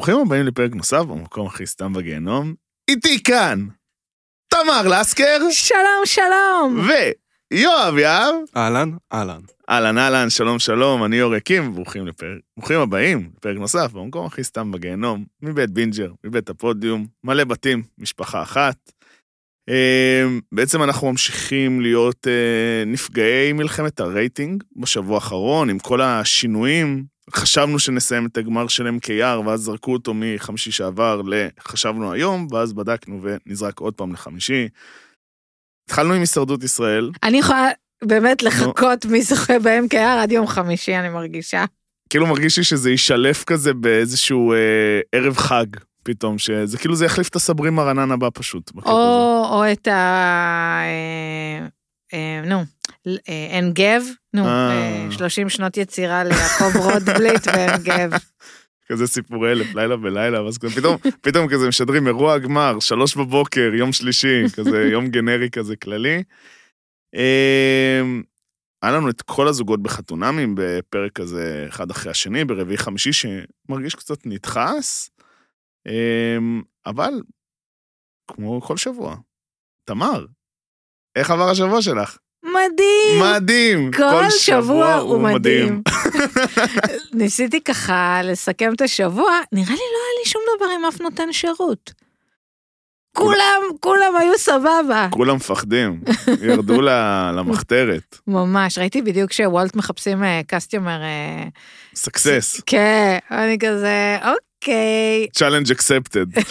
ברוכים הבאים לפרק נוסף, במקום הכי סתם בגיהנום. איתי כאן, תמר לסקר. שלום, שלום. ויואב יאב. אהלן, אהלן. אהלן, אהלן, שלום, שלום, אני אור יקים, ברוכים הבאים לפרק נוסף, במקום הכי סתם בגיהנום, מבית בינג'ר, מבית הפודיום, מלא בתים, משפחה אחת. בעצם אנחנו ממשיכים להיות נפגעי מלחמת הרייטינג בשבוע האחרון, עם כל השינויים. חשבנו שנסיים את הגמר של MKR, ואז זרקו אותו מחמישי שעבר לחשבנו היום, ואז בדקנו ונזרק עוד פעם לחמישי. התחלנו עם הישרדות ישראל. אני יכולה באמת לחכות מי זוכה ב-MKR עד יום חמישי, אני מרגישה. כאילו מרגיש לי שזה יישלף כזה באיזשהו ערב חג, פתאום, שזה כאילו זה יחליף את הסברים הרנן הבא פשוט. או את אין גב, 30 שנות יצירה ליעקב רוטבליט ואין גב. כזה סיפורי אלף, לילה בלילה, ואז פתאום כזה משדרים אירוע הגמר, 3 בבוקר, יום שלישי, כזה יום גנרי כזה כללי. היה לנו את כל הזוגות בחתונמים, בפרק כזה אחד אחרי השני, ברביעי חמישי, שמרגיש קצת נדחס, אבל כמו כל שבוע. תמר, איך עבר השבוע שלך? מדהים. מדהים. כל שבוע הוא מדהים. ניסיתי ככה לסכם את השבוע, נראה לי לא היה לי שום דבר עם אף נותן שירות. כולם היו סבבה. כולם מפחדים, ירדו למחתרת. ממש, ראיתי בדיוק שוולט מחפשים קסטיומר. סקסס. כן, אני כזה, אוקיי. Challenge accepted.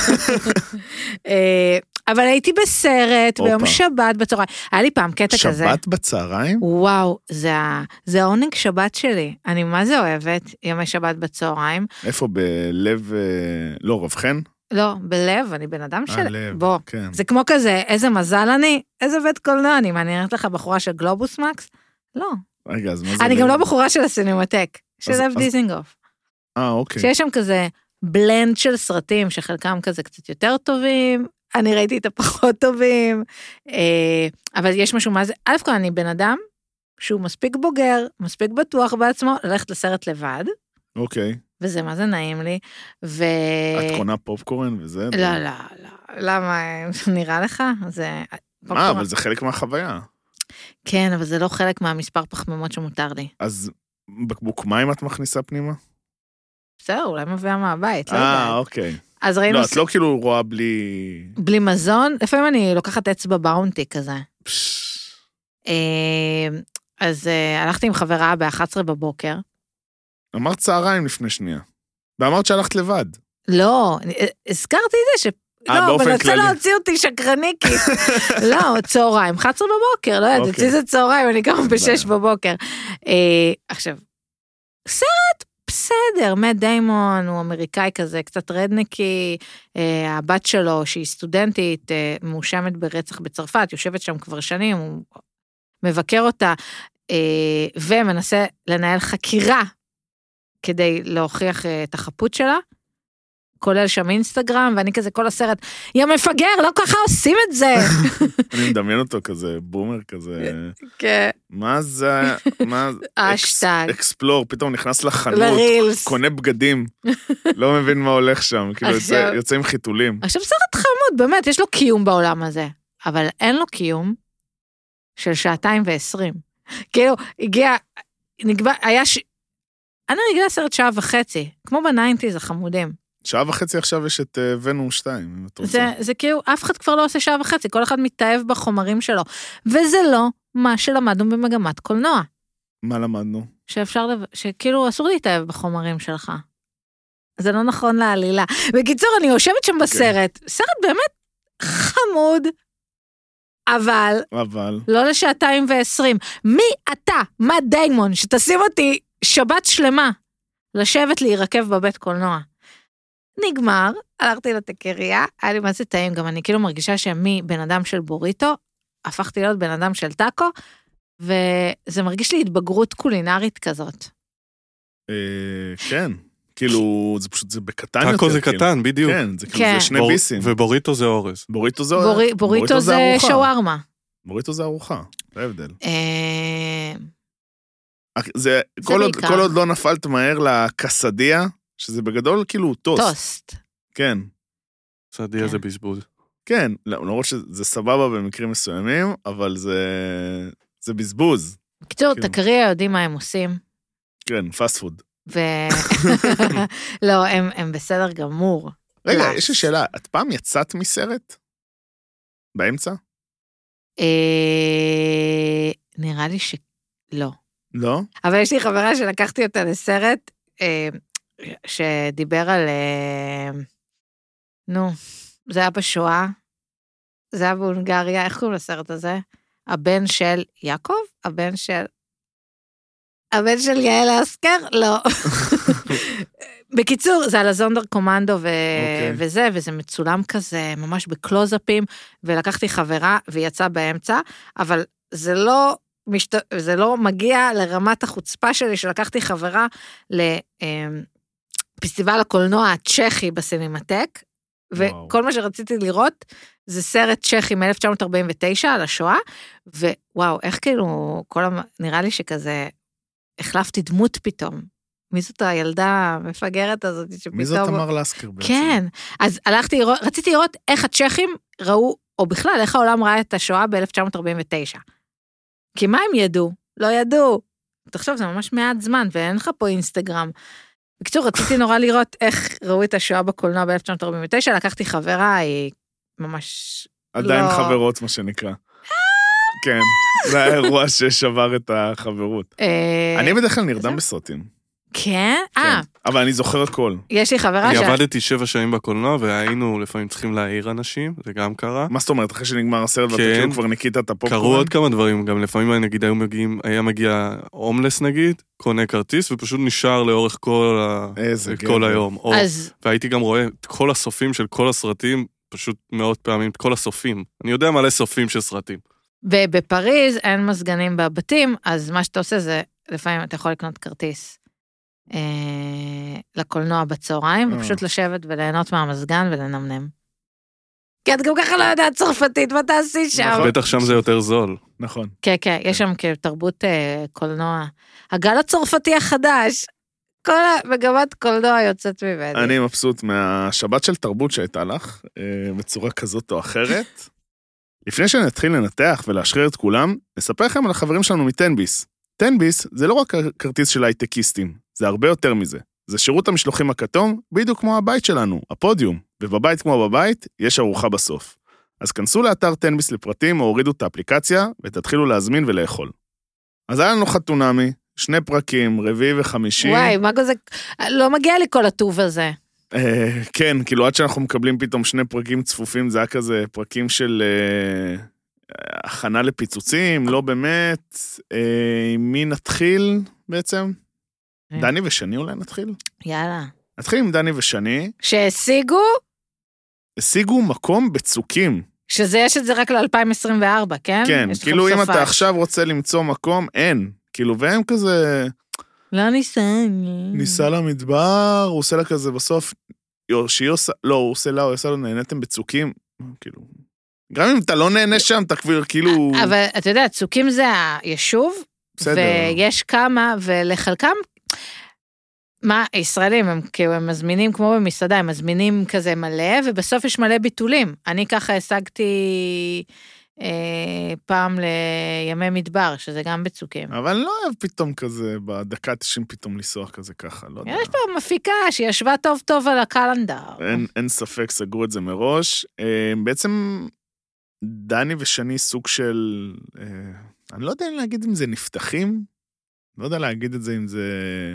אבל הייתי בסרט ביום שבת בצהריים. היה לי פעם קטע כזה. שבת בצהריים? וואו, זה העונג שבת שלי. אני מה זה אוהבת, ימי שבת בצהריים. איפה, בלב, לא, רבחן? לא, בלב, אני בן אדם של... בוא, כן. זה כמו כזה, איזה מזל אני, איזה בית קולנוע אני, מעניינת לך בחורה של גלובוס מקס? לא. רגע, אז מה זה? אני גם לא בחורה של הסינמטק, של לב דיזינגוף. אוקיי. שיש שם כזה בלנד של סרטים, שחלקם כזה קצת יותר טובים, אני ראיתי את הפחות טובים, אבל יש משהו מה זה, א' כל אני בן אדם, שהוא מספיק בוגר, מספיק בטוח בעצמו, ללכת לסרט לבד. אוקיי. וזה מה זה נעים לי, את קונה פופקורן וזה? לא, לא, לא, למה, נראה לך? אבל זה חלק מהחוויה. כן, אבל זה לא חלק מהמספר פחמימות שמותר לי. אז בקבוק מים את מכניסה פנימה? בסדר, אולי מביאה מהבית, לא יודעת. אוקיי. אז ראינו... לא, את לא כאילו רואה בלי... בלי מזון? לפעמים אני לוקחת אצבע באונטי כזה. אז הלכתי עם חברה ב-11 בבוקר. אמרת צהריים לפני שנייה. ואמרת שהלכת לבד. לא, הזכרתי את זה לא, אבל רוצה להוציא אותי שקרניקי. לא, צהריים, 11 בבוקר, לא יודעת, אצלי זה צהריים, אני קמה ב-6 בבוקר. עכשיו, סרט בסדר, מאט דיימון, הוא אמריקאי כזה, קצת רדניקי, הבת שלו, שהיא סטודנטית, מאושמת ברצח בצרפת, יושבת שם כבר שנים, הוא מבקר אותה, ומנסה לנהל חקירה, כדי להוכיח את החפות שלה, כולל שם אינסטגרם, ואני כזה כל הסרט, יא מפגר, לא ככה עושים את זה. אני מדמיין אותו כזה, בומר כזה. כן. מה זה? אשטג. אקספלור, פתאום נכנס לחנות, לרילס. קונה בגדים, לא מבין מה הולך שם, כאילו יוצא עם חיתולים. עכשיו סרט חמוד, באמת, יש לו קיום בעולם הזה, אבל אין לו קיום של 2:20. כאילו, הגיע, נקבע, אני רגילה סרט 1.5 שעות, כמו ב-90s החמודים. 1.5 שעות עכשיו יש את ונום 2. זה כאילו, אף אחד כבר לא עושה 1.5 שעות, כל אחד מתאהב בחומרים שלו, וזה לא מה שלמדנו במגמת קולנוע. מה למדנו? שכאילו אסור להתאהב בחומרים שלך. זה לא נכון לעלילה. בקיצור, אני יושבת שם בסרט, סרט באמת חמוד, אבל לא ל2:20. מי אתה, מאט דיימון, שתשים אותי שבת שלמה, לשבת להירקב בבית קולנוע. נגמר, הלכתי לתקריה, היה לי מה זה טעים, גם אני כאילו מרגישה שמבן אדם של בוריטו, הפכתי להיות בן אדם של טאקו, וזה מרגיש לי התבגרות קולינרית כזאת. כן, כאילו, זה פשוט, זה בקטן יותר. טאקו זה קטן, בדיוק. כן, זה כאילו, זה שני ביסים. ובוריטו זה אורז. בוריטו זה שווארמה. בוריטו זה ארוחה, זה ההבדל. כל עוד לא נפלת מהר לקסדיה, שזה בגדול כאילו טוסט. טוסט. כן. סעדיה זה בזבוז. כן, למרות שזה סבבה במקרים מסוימים, אבל זה בזבוז. בקיצור, תקריא יודעים מה הם עושים. כן, פאסט פוד. לא, הם בסדר גמור. רגע, יש לי שאלה, את פעם יצאת מסרט? באמצע? נראה לי שלא. לא? אבל יש לי חברה שלקחתי אותה לסרט, שדיבר על, זה היה בשואה, זה היה בהונגריה, איך קוראים לסרט הזה? הבן של יעקב? הבן של יעל אסקר? לא. בקיצור, זה על הזונדר קומנדו וזה מצולם כזה, ממש בקלוזאפים, ולקחתי חברה ויצא באמצע, אבל זה לא מגיע לרמת החוצפה שלי, שלקחתי חברה לפסטיבל הקולנוע הצ'כי בסינמטק, וכל מה שרציתי לראות, זה סרט צ'כי מ-1949 על השואה, ווואו, איך כאילו, נראה לי שכזה, החלפתי דמות פתאום. מי זאת הילדה המפגרת הזאת שפתאום... מי זאת תמר לסקר בעצם? כן, אז רציתי לראות איך הצ'כים ראו, או בכלל, איך העולם ראה את השואה ב-1949. כי מה הם ידעו? לא ידעו. תחשוב, זה ממש מעט זמן, ואין לך פה אינסטגרם. בקיצור, רציתי נורא לראות איך ראו את השואה בקולנוע ב-1949, לקחתי חברה, היא ממש... עדיין חברות, מה שנקרא. כן, זה האירוע ששבר את החברות. אני בדרך כלל נרדם בסרטים. כן? אבל אני זוכר הכל. יש לי חברה אני עבדתי 7 שנים בקולנוע, והיינו לפעמים צריכים להעיר אנשים, זה גם קרה. מה זאת אומרת, אחרי שנגמר הסרט, ואתה כאילו כבר ניקית את הפופקורן? קרו עוד כמה דברים, גם לפעמים נגיד היה מגיע הומלס נגיד, קונה כרטיס, ופשוט נשאר לאורך כל היום. והייתי גם רואה את כל הסופים של כל הסרטים, פשוט מאות פעמים, את כל הסופים. אני יודע מלא סופים של סרטים. ובפריז אין מזגנים בבתים, אז מה שאתה עושה זה, לפעמים אתה יכול לקנות כרטיס לקולנוע בצהריים, ופשוט לשבת וליהנות מהמזגן ולנמנם. כי את גם ככה לא יודעת צרפתית, מה תעשי שם? בטח שם זה יותר זול. נכון. כן, כן, יש שם תרבות קולנוע. הגל הצרפתי החדש, כל מגמת קולנוע יוצאת ממני. אני מבסוט מהשבת של תרבות שהייתה לך, בצורה כזאת או אחרת. לפני שנתחיל לנתח ולהשחרר את כולם, נספר לכם על החברים שלנו מטנביס. טנביס זה לא רק כרטיס של הייטקיסטים, זה הרבה יותר מזה. זה שירות המשלוחים הכתום, בדיוק כמו הבית שלנו, הפודיום, ובבית כמו בבית, יש ארוחה בסוף. אז כנסו לאתר טנביס לפרטים, או הורידו את האפליקציה, ותתחילו להזמין ולאכול. אז היה לנו חתונמי, 2 פרקים, 4 ו-5. וואי, מה זה? לא מגיע לי כל הטוב הזה. כן, כאילו עד שאנחנו מקבלים פתאום 2 פרקים צפופים, זה היה כזה פרקים של הכנה לפיצוצים, לא באמת. מי נתחיל בעצם? דני ושני אולי נתחיל? יאללה. נתחיל עם דני ושני. שהשיגו? השיגו מקום בצוקים. שזה יש את זה רק ל-2024, כן? כן, כאילו אם אתה עכשיו רוצה למצוא מקום, אין. כאילו, והם כזה... לא ניסה למדבר, הוא עושה לה כזה בסוף, שהיא עושה, לא, הוא עושה לה, נהנתם בצוקים, כאילו, גם אם אתה לא נהנה שם, אתה כבר כאילו... אבל אתה יודע, צוקים זה היישוב, ויש כמה, ולחלקם, מה, ישראלים, הם כאילו, הם מזמינים כמו במסעדה, הם מזמינים כזה מלא, ובסוף יש מלא ביטולים. אני ככה השגתי... פעם לימי מדבר, שזה גם בצוקים. אבל לא אוהב פתאום כזה, בדקה 90 פתאום לנסוע כזה ככה, לא יודע. יש פה מפיקה שישבה טוב טוב על הקלנדר. אין ספק, סגרו את זה מראש. בעצם דני ושני סוג של, אני לא יודע להגיד אם זה נפתחים, לא יודע להגיד את זה אם זה...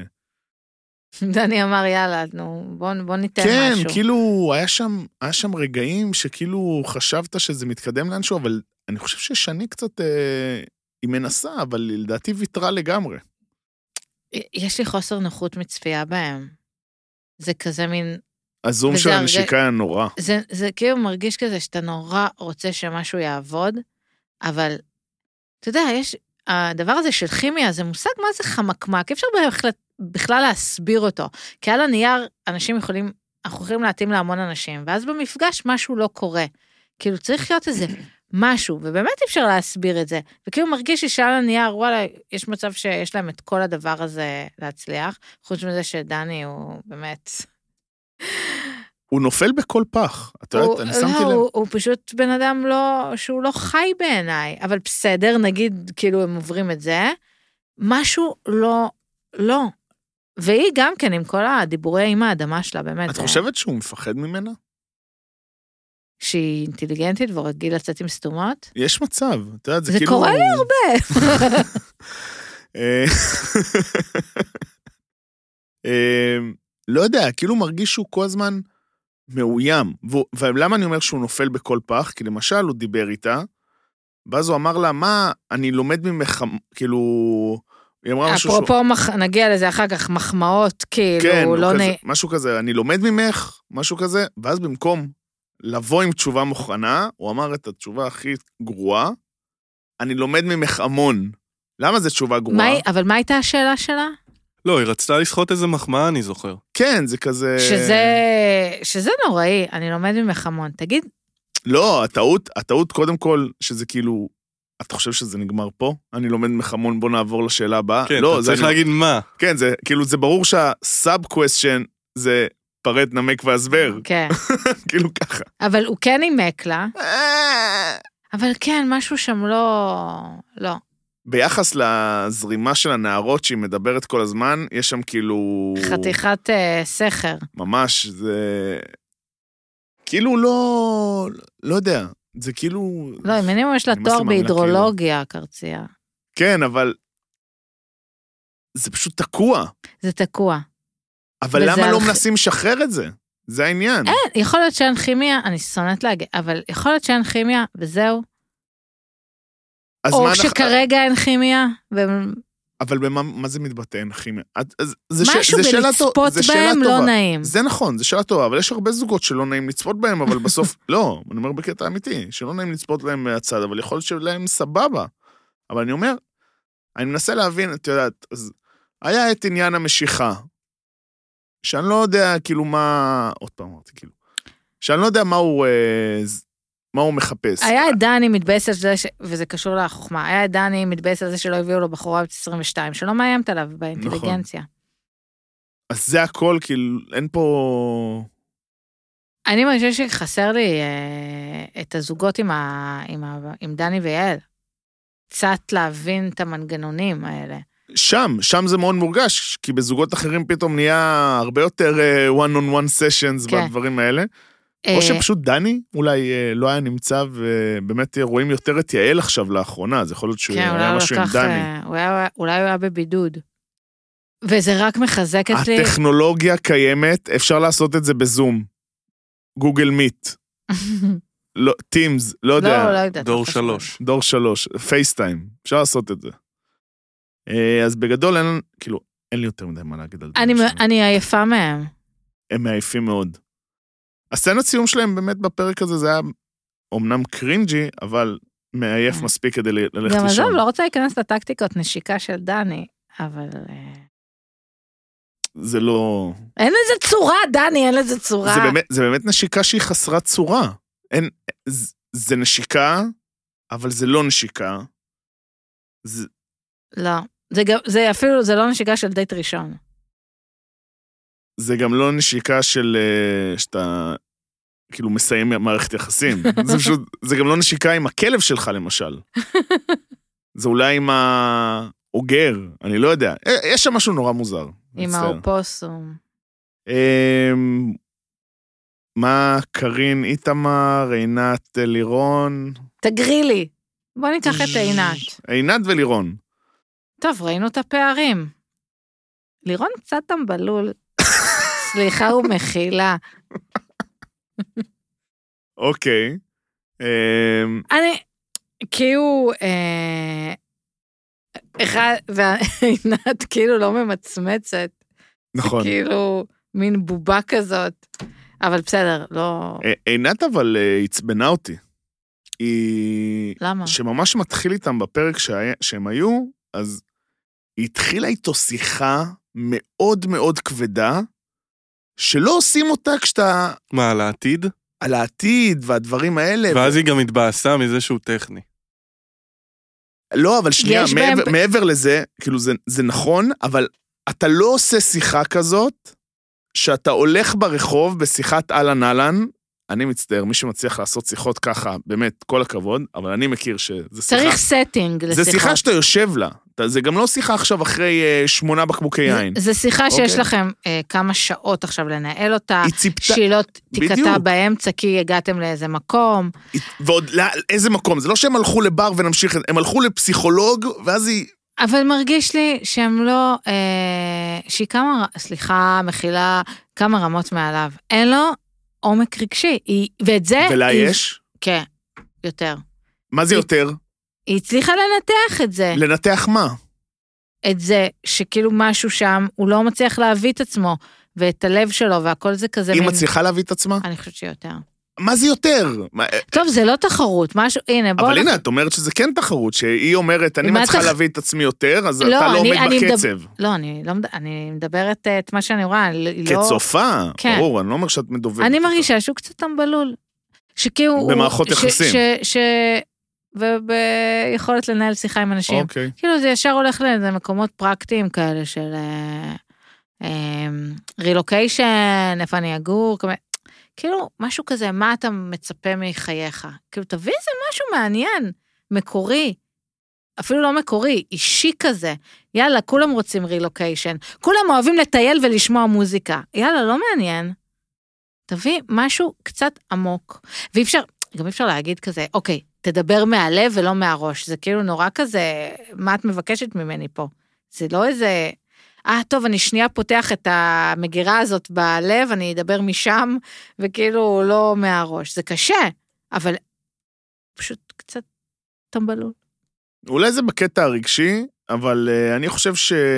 דני אמר, יאללה, נו, בוא ניתן כן, משהו. כן, כאילו, היה שם רגעים שכאילו חשבת שזה מתקדם לאנשהו, אבל אני חושב ששני קצת, היא מנסה, אבל לדעתי ויתרה לגמרי. יש לי חוסר נוחות מצפייה בהם. זה כזה מין... הזום של הנשיקה היה נורא. זה כאילו מרגיש כזה שאתה נורא רוצה שמשהו יעבוד, אבל, אתה יודע, יש... הדבר הזה של כימיה, זה מושג מה זה חמקמק, אפשר בכלל להסביר אותו, כי על הנייר אנשים אנחנו יכולים להתאים להמון אנשים, ואז במפגש משהו לא קורה, כאילו צריך להיות איזה משהו, ובאמת אפשר להסביר את זה, וכאילו מרגיש ששאל הנייר, וואלה, יש מצב שיש להם את כל הדבר הזה להצליח, חוץ מזה שדני הוא באמת... הוא נופל בכל פח, את יודעת, אני שמתי לב. הוא פשוט בן אדם שהוא לא חי בעיניי, אבל בסדר, נגיד, כאילו הם עוברים את זה, משהו לא. והיא גם כן, עם כל הדיבורי עם האדמה שלה, באמת. את חושבת שהוא מפחד ממנה? שהיא אינטליגנטית ורגיל לצאת עם סתומות? יש מצב, את יודעת, זה כאילו... זה קורה לי הרבה. לא יודע, כאילו מרגיש שהוא כל הזמן מאוים. ולמה אני אומר שהוא נופל בכל פח? כי למשל הוא דיבר איתה, ואז הוא אמר לה, מה, אני לומד ממך, כאילו... אפרופו, נגיע לזה אחר כך, מחמאות, כאילו, כן, לא משהו כזה, אני לומד ממך, משהו כזה, ואז במקום לבוא עם תשובה מוכנה, הוא אמר את התשובה הכי גרועה, אני לומד ממך המון. למה זו תשובה גרועה? אבל מה הייתה השאלה שלה? לא, היא רצתה לשחוט איזה מחמאה, אני זוכר. כן, זה כזה... שזה נוראי, אני לומד ממך המון. תגיד... לא, הטעות קודם כל, שזה כאילו... אתה חושב שזה נגמר פה? אני לומד מחמון, בוא נעבור לשאלה הבאה. כן, אתה צריך להגיד מה. כן, זה כאילו, זה ברור שהסאב קווסטשן זה פרט, נמק והסבר. כן. כאילו ככה. אבל הוא כן נימק לה. אבל כן, משהו שם לא. ביחס לזרימה של הנערות שהיא מדברת כל הזמן, יש שם כאילו... חתיכת סכר. ממש, זה... כאילו לא יודע. זה כאילו... לא, מינימום יש לה תואר בהידרולוגיה, קרצייה. כן, אבל זה פשוט תקוע. זה תקוע. אבל למה לא מנסים לשחרר את זה? זה העניין. אין, יכול להיות שאין כימיה, אני שונאת להגיד, אבל יכול להיות שאין כימיה, וזהו. או שכרגע אין כימיה, אבל מה זה מתבטא אין כימיה? משהו בלצפות בהם לא נעים. זה נכון, זה שאלה טובה, אבל יש הרבה זוגות שלא נעים לצפות בהם, אבל בסוף, לא, אני אומר בקטע אמיתי, שלא נעים לצפות להם מהצד, אבל יכול להיות שלהם סבבה. אבל אני אומר, אני מנסה להבין, את יודעת, אז היה את עניין המשיכה, שאני לא יודע כאילו מה, עוד פעם אמרתי כאילו, שאני לא יודע מה הוא מחפש. היה את דני מתבאס על זה, וזה קשור לחוכמה, היה את דני מתבאס על זה שלא הביאו לו בחורה בת 22, שלא מאיימת עליו באינטליגנציה. אז זה הכל, כאילו, אין פה... אני מרגישה שחסר לי את הזוגות עם דני ויעל. קצת להבין את המנגנונים האלה. שם זה מאוד מורגש, כי בזוגות אחרים פתאום נהיה הרבה יותר one-on-one sessions בדברים האלה. או שפשוט דני אולי לא היה נמצא, ובאמת רואים יותר את יעל עכשיו לאחרונה, אז יכול להיות שהוא היה משהו עם דני. אולי הוא היה בבידוד. וזה רק מחזק את לי... הטכנולוגיה קיימת, אפשר לעשות את זה בזום. גוגל מיט. טימס, לא יודע. דור 3, פייסטיים, אפשר לעשות את זה. אז בגדול אין לי יותר מדי מה להגיד על זה. אני עייפה מהם. הם מעייפים מאוד. הסצנת סיום שלהם באמת בפרק הזה, זה היה אומנם קרינג'י, אבל מעייף מספיק כדי ללכת לישון. גם עזוב, לא רוצה להיכנס לטקטיקות נשיקה של דני, אבל... זה לא... אין לזה צורה, דני, אין לזה צורה. זה באמת נשיקה שהיא חסרת צורה. זה נשיקה, אבל זה לא נשיקה. לא. זה אפילו, זה לא נשיקה של דייט ראשון. זה גם לא נשיקה של, שאתה כאילו מסיים מערכת יחסים. זה גם לא נשיקה עם הכלב שלך, למשל. זה אולי עם האוגר, אני לא יודע. יש שם משהו נורא מוזר. עם האופוסום. מה קרין איתמר, עינת לירון? תגרי לי. בוא ניקח את עינת. עינת ולירון. טוב, ראינו את הפערים. לירון קצת טמבלול. סליחה ומחילה. אוקיי. אני, כאילו, ועינת כאילו לא ממצמצת. נכון. כאילו, מין בובה כזאת. אבל בסדר, לא... עינת אבל הצבנה אותי. למה? שממש מתחיל איתם בפרק שהם היו, אז היא התחילה איתו שיחה מאוד מאוד כבדה, שלא עושים אותה כשאתה... מה, על העתיד? על העתיד והדברים האלה. ואז היא גם התבאסה מזה שהוא טכני. לא, אבל שנייה, מעבר לזה, כאילו זה נכון, אבל אתה לא עושה שיחה כזאת, שאתה הולך ברחוב בשיחת אלן אלן, אני מצטער, מי שמצליח לעשות שיחות ככה, באמת, כל הכבוד, אבל אני מכיר שזה שיחה... צריך סטינג לשיחות. זה שיחה שאתה יושב לה, זה גם לא שיחה עכשיו אחרי 8 בקבוקי יין. זה שיחה שיש לכם כמה שעות עכשיו לנהל אותה, שהיא לא תיקטע באמצע, כי הגעתם לאיזה מקום. ועוד איזה מקום, זה לא שהם הלכו לבר ונמשיך, הם הלכו לפסיכולוג, ואז היא... אבל מרגיש לי שהם לא, שהיא כמה, סליחה, מכילה כמה רמות מעליו. אין לו עומק רגשי, ואת זה... ולה יש? כן, יותר. מה זה יותר? היא הצליחה לנתח את זה. לנתח מה? את זה שכאילו משהו שם, הוא לא מצליח להביא את עצמו, ואת הלב שלו, והכל זה כזה... היא מצליחה להביא את עצמה? אני חושבת שיותר. מה זה יותר? טוב, זה לא תחרות, משהו, הנה, בוא... אבל הנה, את אומרת שזה כן תחרות, שהיא אומרת, אני מצליחה להביא את עצמי יותר, אז אתה לא עומד בקצב. לא, אני מדברת את מה שאני רואה, כצופה, ברור, אני לא אומר שאת מדוברת. אני מרגישה שהוא קצת טמבלול. שכאילו... במערכות יחסים. וביכולת לנהל שיחה עם אנשים. כאילו זה ישר הולך למקומות פרקטיים כאלה של רילוקיישן, איפה אני אגור, כאילו משהו כזה, מה אתה מצפה מחייך? כאילו תביא איזה משהו מעניין, מקורי, אפילו לא מקורי, אישי כזה. יאללה, כולם רוצים רילוקיישן, כולם אוהבים לטייל ולשמוע מוזיקה. יאללה, לא מעניין. תביא משהו קצת עמוק. ואפשר, גם אפשר להגיד כזה, אוקיי, תדבר מהלב ולא מהראש. זה כאילו נורא כזה, מה את מבקשת ממני פה? זה לא איזה, טוב, אני שנייה פותח את המגירה הזאת בלב, אני אדבר משם, וכאילו לא מהראש. זה קשה, אבל פשוט קצת טמבלול. אולי זה בקטע הרגשי, אבל אני חושב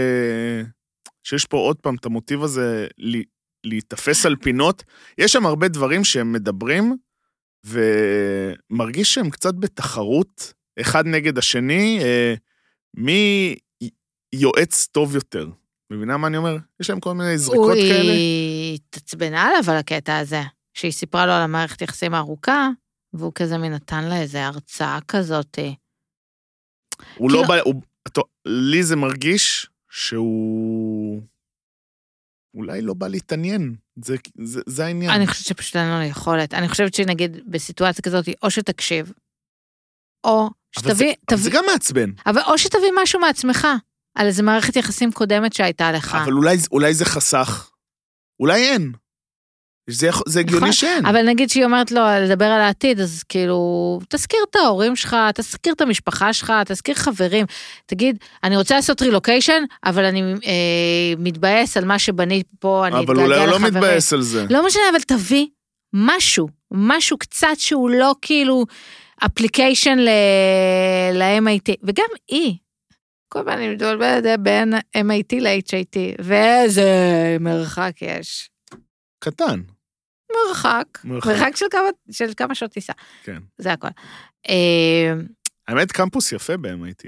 שיש פה עוד פעם את המוטיב הזה להתאפס על פינות. יש שם הרבה דברים שהם מדברים, ומרגיש שהם קצת בתחרות, אחד נגד השני, מי יועץ טוב יותר. מבינה מה אני אומר? יש להם כל מיני זריקות כאלה. היא תצבנה עליו על הקטע הזה, שהיא סיפרה לו על המערכת יחסים הארוכה, והוא כזה נתן לה איזו הרצאה כזאת. הוא לא בא, לי זה מרגיש שהוא אולי לא בא להתעניין. זה העניין. אני חושבת שפשוט אין לו יכולת. אני חושבת שנגיד בסיטואציה כזאת, או שתקשיב, או שתביא... אבל זה גם מעצבן. אבל או שתביא משהו מעצמך, על איזו מערכת יחסים קודמת שהייתה לך. אבל אולי זה חסך. אולי אין. זה הגיוני שאין. אבל נגיד שהיא אומרת לו לדבר על העתיד, אז כאילו, תזכיר את ההורים שלך, תזכיר את המשפחה שלך, תזכיר חברים, תגיד, אני רוצה לעשות רילוקיישן, אבל אני מתבאס על מה שבנית פה, אני אבל אולי הוא לא מתבאס על זה. לא משנה, אבל תביא משהו קצת שהוא לא כאילו אפליקיישן ל-MIT, וגם היא, כל פעם אני מתבלבלת בין MIT ל-HIT, ואיזה מרחק יש. קטן. מרחק של כמה שעות טיסה. כן. זה הכל. האמת, קמפוס יפה ב-MIT.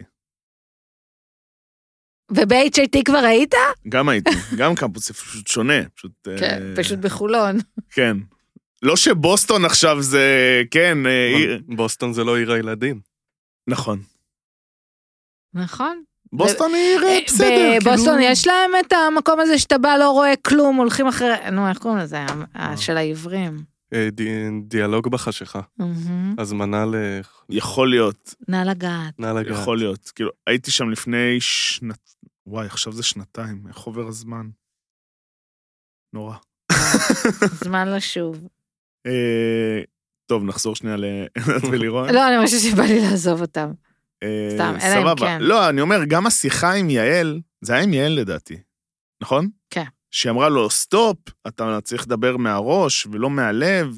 וב-HIT כבר היית? גם הייתי, גם קמפוס פשוט שונה. כן, פשוט בחולון. כן. לא שבוסטון עכשיו זה, כן. בוסטון זה לא עיר הילדים. נכון. נכון. בוסטון היא בסדר. בבוסטון יש להם את המקום הזה שאתה בא, לא רואה כלום, הולכים אחרי, נו, איך קוראים לזה? של העברים. דיאלוג בחשיכה. הזמנה יכול להיות. נא לגעת. יכול להיות. כאילו, הייתי שם לפני וואי, עכשיו זה שנתיים. איך עובר הזמן? נורא. זמן לשוב. טוב, נחזור שנייה לענת ולירון. לא, אני חושבת שבא לי לעזוב אותם. סתם, אלא אם כן. לא, אני אומר, גם השיחה עם יעל, זה היה עם יעל לדעתי, נכון? כן. שהיא אמרה לו, סטופ, אתה צריך לדבר מהראש ולא מהלב.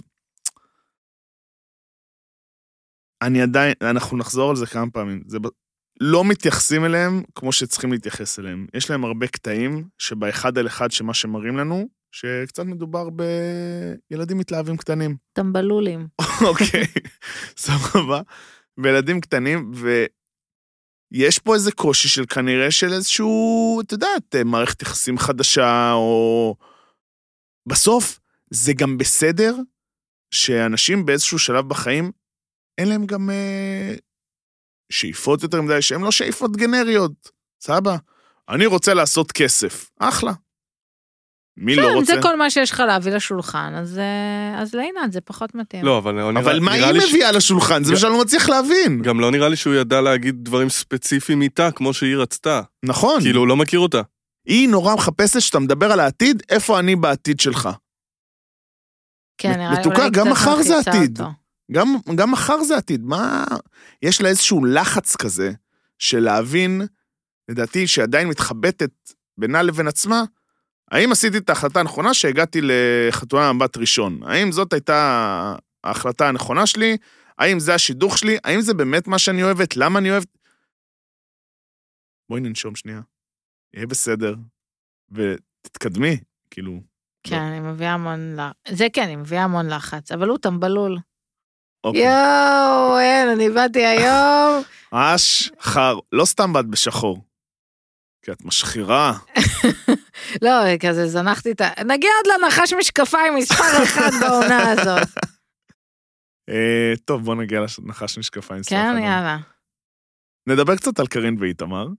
אנחנו נחזור על זה כמה פעמים, לא מתייחסים אליהם כמו שצריכים להתייחס אליהם. יש להם הרבה קטעים שבאחד על אחד שמה שמראים לנו, שקצת מדובר בילדים מתלהבים קטנים. טמבלולים. אוקיי, סבבה. בילדים קטנים, ויש פה איזה קושי של כנראה של איזשהו, אתה יודעת, מערכת יחסים חדשה, או בסוף זה גם בסדר שאנשים באיזשהו שלב בחיים, אין להם גם שאיפות יותר מדי, שהן לא שאיפות גנריות. סבא, אני רוצה לעשות כסף. אחלה. מי לא רוצה? זה כל מה שיש לך להביא לשולחן, אז לעינת, זה פחות מתאים. לא, אבל מה היא מביאה לשולחן? זה מה שאני לא מצליח להבין. גם לא נראה לי שהוא ידע להגיד דברים ספציפיים איתה, כמו שהיא רצתה. נכון. כאילו, הוא לא מכיר אותה. היא נורא מחפשת שאתה מדבר על העתיד, איפה אני בעתיד שלך. כן, נראה לי מתוקה, גם מחר זה עתיד. גם מחר זה עתיד. מה? יש לה איזשהו לחץ כזה, של להבין, לדעתי, שעדיין מתחבטת בינה לבין עצמה, האם עשיתי את ההחלטה הנכונה שהגעתי לחתונה מבט ראשון? האם זאת הייתה ההחלטה הנכונה שלי? האם זה השידוך שלי? האם זה באמת מה שאני אוהבת? למה אני אוהבת? בואי ננשום שנייה. יהיה בסדר. ותתקדמי, כאילו. כן, אני מביאה המון לחץ. זה כן, אני מביאה המון לחץ, אבל הוא טמבלול. יואו, אין, אני באתי היום. לא סתם באת בשחור. כי את משחירה. לא, כזה זנחתי את ה... נגיע עוד לנחש משקפיים מספר אחד בעונה הזאת. טוב, בוא נגיע לנחש משקפיים מספר אחד. כן, יאללה. נדבר קצת על קרין ואיתמר.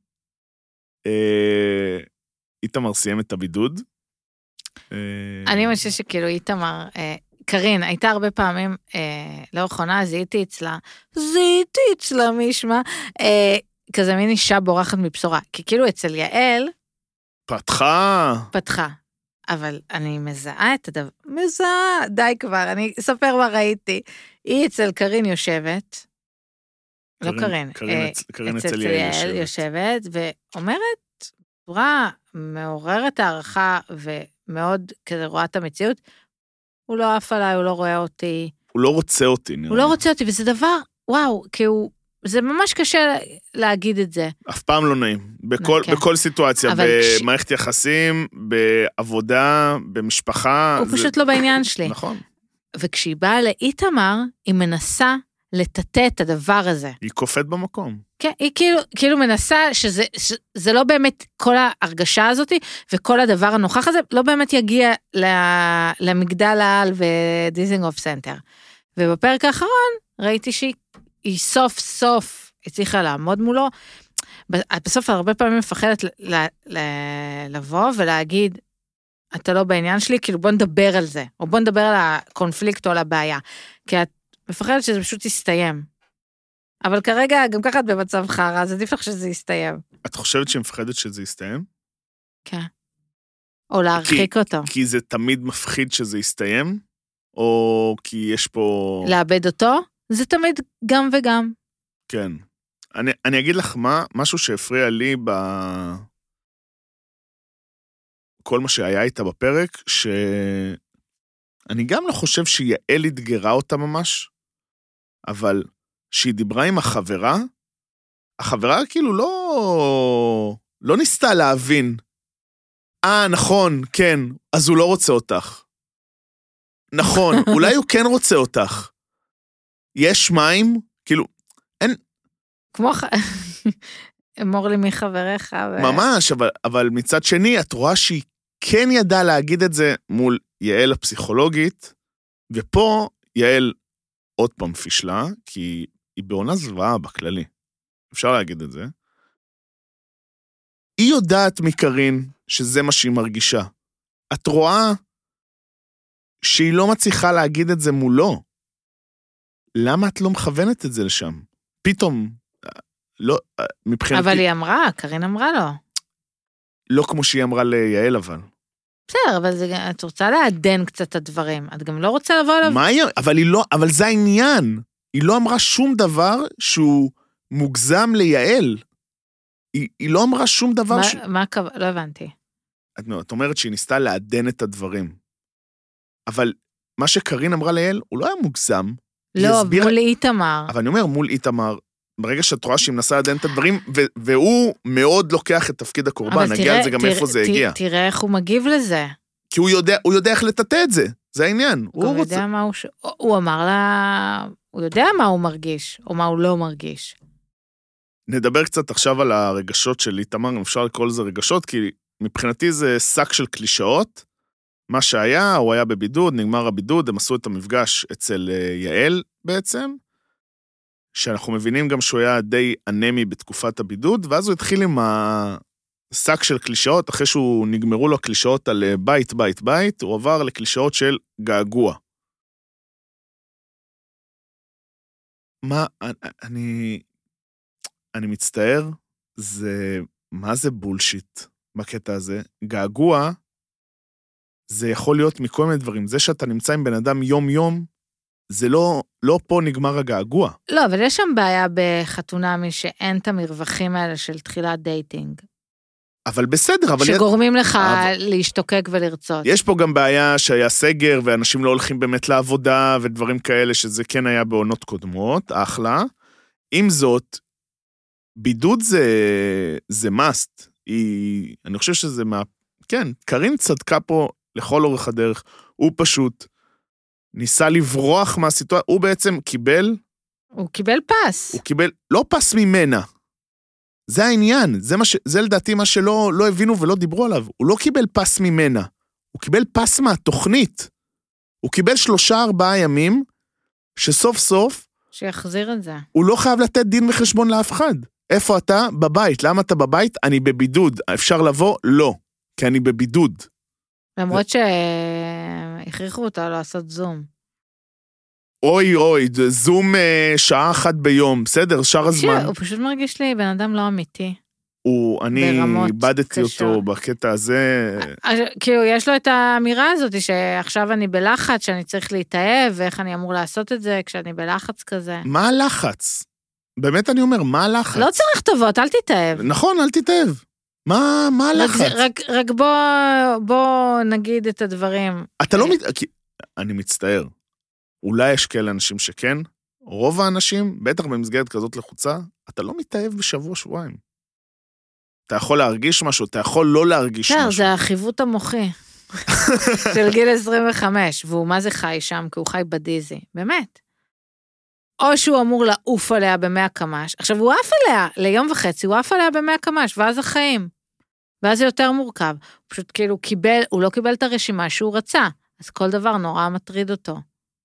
איתמר סיים את הבידוד. אני חושב שכאילו איתמר... קרין, הייתה הרבה פעמים לאורך עונה, זיהיתי אצלה מישמה, כזה מין אישה בורחת מבשורה, כי כאילו אצל יעל... פתחה, אבל אני מזהה את הדבר, די כבר, אני אספר מה ראיתי, היא אצל קרין יושבת, לא קרין, אצל יעל יושבת, ואומרת, בצורה מעוררת הערכה, ומאוד כזה רואה את המציאות, הוא לא עף עליי, הוא לא רואה אותי. הוא לא רוצה אותי. הוא לא רוצה אותי, וזה דבר, וואו, כי זה ממש קשה להגיד את זה. אף פעם לא נעים. בכל סיטואציה, במערכת יחסים, בעבודה, במשפחה. הוא פשוט לא בעניין שלי. נכון. וכשהיא באה לאיתמר, היא מנסה לטאטא את הדבר הזה. היא קופאת במקום. כן, היא כאילו מנסה שזה לא באמת כל ההרגשה הזאת, וכל הדבר הנוכח הזה לא באמת יגיע למגדל העל ודיזינגוף סנטר. ובפרק האחרון ראיתי שהיא סוף סוף הצליחה לעמוד מולו, בסוף הרבה פעמים מפחדת לבוא ולהגיד, אתה לא בעניין שלי, כאילו בוא נדבר על זה, או בוא נדבר על הקונפליקט או על הבעיה, כי את מפחדת שזה פשוט יסתיים. אבל כרגע גם ככה את במצב חרה, אז עדיף לך שזה יסתיים. את חושבת שהיא מפחדת שזה יסתיים? כן. או להרחיק אותו. כי זה תמיד מפחיד שזה יסתיים? או כי יש פה... לאבד אותו? זה תמיד גם וגם. כן. אני אגיד לך משהו שהפריע לי כל מה שהיה איתה בפרק, שאני גם לא חושב שיעל התגרה אותה ממש, אבל שהיא דיברה עם החברה כאילו לא ניסתה להבין. נכון, כן, אז הוא לא רוצה אותך. נכון, אולי הוא כן רוצה אותך. יש מים, כאילו, אין... כמו אמור לי מי חבריך. ממש, אבל מצד שני, את רואה שהיא כן ידעה להגיד את זה מול יעל הפסיכולוגית, ופה יעל עוד פעם פישלה, כי היא בעונה זוועה בכללי. אפשר להגיד את זה. היא יודעת מקרין שזה מה שהיא מרגישה. את רואה שהיא לא מצליחה להגיד את זה מולו. למה את לא מכוונת את זה לשם? פתאום, לא, מבחינתי... אבל היא אמרה, קרין אמרה לו. לא כמו שהיא אמרה ליעל, אבל. בסדר, אבל את רוצה לעדן קצת את הדברים. את גם לא רוצה לבוא אליו... אבל זה העניין. היא לא אמרה שום דבר שהוא מוגזם ליעל. היא לא אמרה שום דבר לא הבנתי. את אומרת שהיא ניסתה לעדן את הדברים. אבל מה שקרין אמרה ליעל, הוא לא היה מוגזם. לא, מול איתמר. אבל אני אומר, מול איתמר, ברגע שאת רואה שהיא מנסה לעדן את הדברים, והוא מאוד לוקח את תפקיד הקורבן, נגיע על זה גם איפה זה הגיע. תראה איך הוא מגיב לזה. כי הוא יודע איך לטאטא את זה, זה העניין. הוא יודע מה הוא אמר לה, הוא יודע מה הוא מרגיש, או מה הוא לא מרגיש. נדבר קצת עכשיו על הרגשות של איתמר, אם אפשר לקרוא לזה רגשות, כי מבחינתי זה שק של קלישאות, מה שהיה, הוא היה בבידוד, נגמר הבידוד, הם עשו את המפגש אצל יעל בעצם, שאנחנו מבינים גם שהוא היה די אנמי בתקופת הבידוד, ואז הוא התחיל עם השק של קלישאות, אחרי שהוא נגמרו לו הקלישאות על בית, בית, בית, הוא עבר לקלישאות של געגוע. מה, אני מצטער, מה זה בולשיט בקטע הזה? געגוע, זה יכול להיות מכל מיני דברים. זה שאתה נמצא עם בן אדם יום-יום, זה לא פה נגמר הגעגוע. לא, אבל יש שם בעיה בחתונמי שאין את המרווחים האלה של תחילת דייטינג. אבל בסדר, אבל... שגורמים לך להשתוקק ולרצות. יש פה גם בעיה שהיה סגר, ואנשים לא הולכים באמת לעבודה, ודברים כאלה, שזה כן היה בעונות קודמות, אחלה. עם זאת, בידוד זה must. אני חושב שזה כן, קרין צדקה פה לכל אורך הדרך. הוא פשוט ניסה לברוח מהסיטואציה, הוא בעצם קיבל... הוא קיבל פס. הוא קיבל, לא פס ממנה. זה העניין, זה לדעתי מה שלא הבינו ולא דיברו עליו. הוא לא קיבל פס ממנה, הוא קיבל פס מהתוכנית. הוא קיבל 3-4 ימים, שסוף סוף... שיחזיר את זה. הוא לא חייב לתת דין וחשבון לאף אחד. איפה אתה? בבית. למה אתה בבית? אני בבידוד. אפשר לבוא? לא. כי אני בבידוד. למרות שהכריחו אותה לעשות זום. אוי, זום שעה אחת ביום, בסדר, שאר הזמן. הוא פשוט מרגיש לי בן אדם לא אמיתי. אני איבדתי אותו בקטע הזה. כאילו, יש לו את האמירה הזאת, שעכשיו אני בלחץ, שאני צריך להתאהב, ואיך אני אמור לעשות את זה כשאני בלחץ כזה. מה הלחץ? באמת אני אומר, מה הלחץ? לא צריך טובות, אל תתאהב. נכון, אל תתאהב. מה הלחץ? רק בוא נגיד את הדברים. אתה לא אני מצטער. אולי יש כאלה אנשים שכן, רוב האנשים, בטח במסגרת כזאת לחוצה, אתה לא מתאהב בשבוע-שבועיים. אתה יכול להרגיש משהו, אתה יכול לא להרגיש משהו. זה החיווט המוחי של גיל 25, והוא מה זה חי שם, כי הוא חי בדיזי, באמת. או שהוא אמור לעוף עליה ב100 קמ"ש, עכשיו הוא עף עליה ליום וחצי, הוא עף עליה ב100 קמ"ש, ואז החיים. ואז זה יותר מורכב. הוא פשוט כאילו הוא לא קיבל את הרשימה שהוא רצה, אז כל דבר נורא מטריד אותו.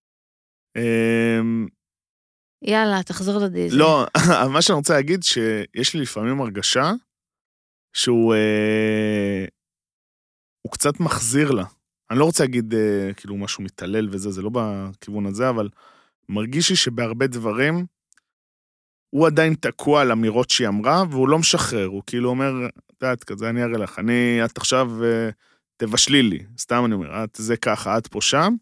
יאללה, תחזור לדיזי. לא, מה שאני רוצה להגיד, שיש לי לפעמים הרגשה, שהוא קצת מחזיר לה. אני לא רוצה להגיד כאילו משהו מתעלל וזה, זה לא בכיוון הזה, אבל מרגיש לי שבהרבה דברים, הוא עדיין תקוע על אמירות שהיא אמרה, והוא לא משחרר, הוא כאילו אומר, את כזה, אני אראה לך, את עכשיו תבשלי לי, סתם אני אומר, את זה ככה, את פה שם,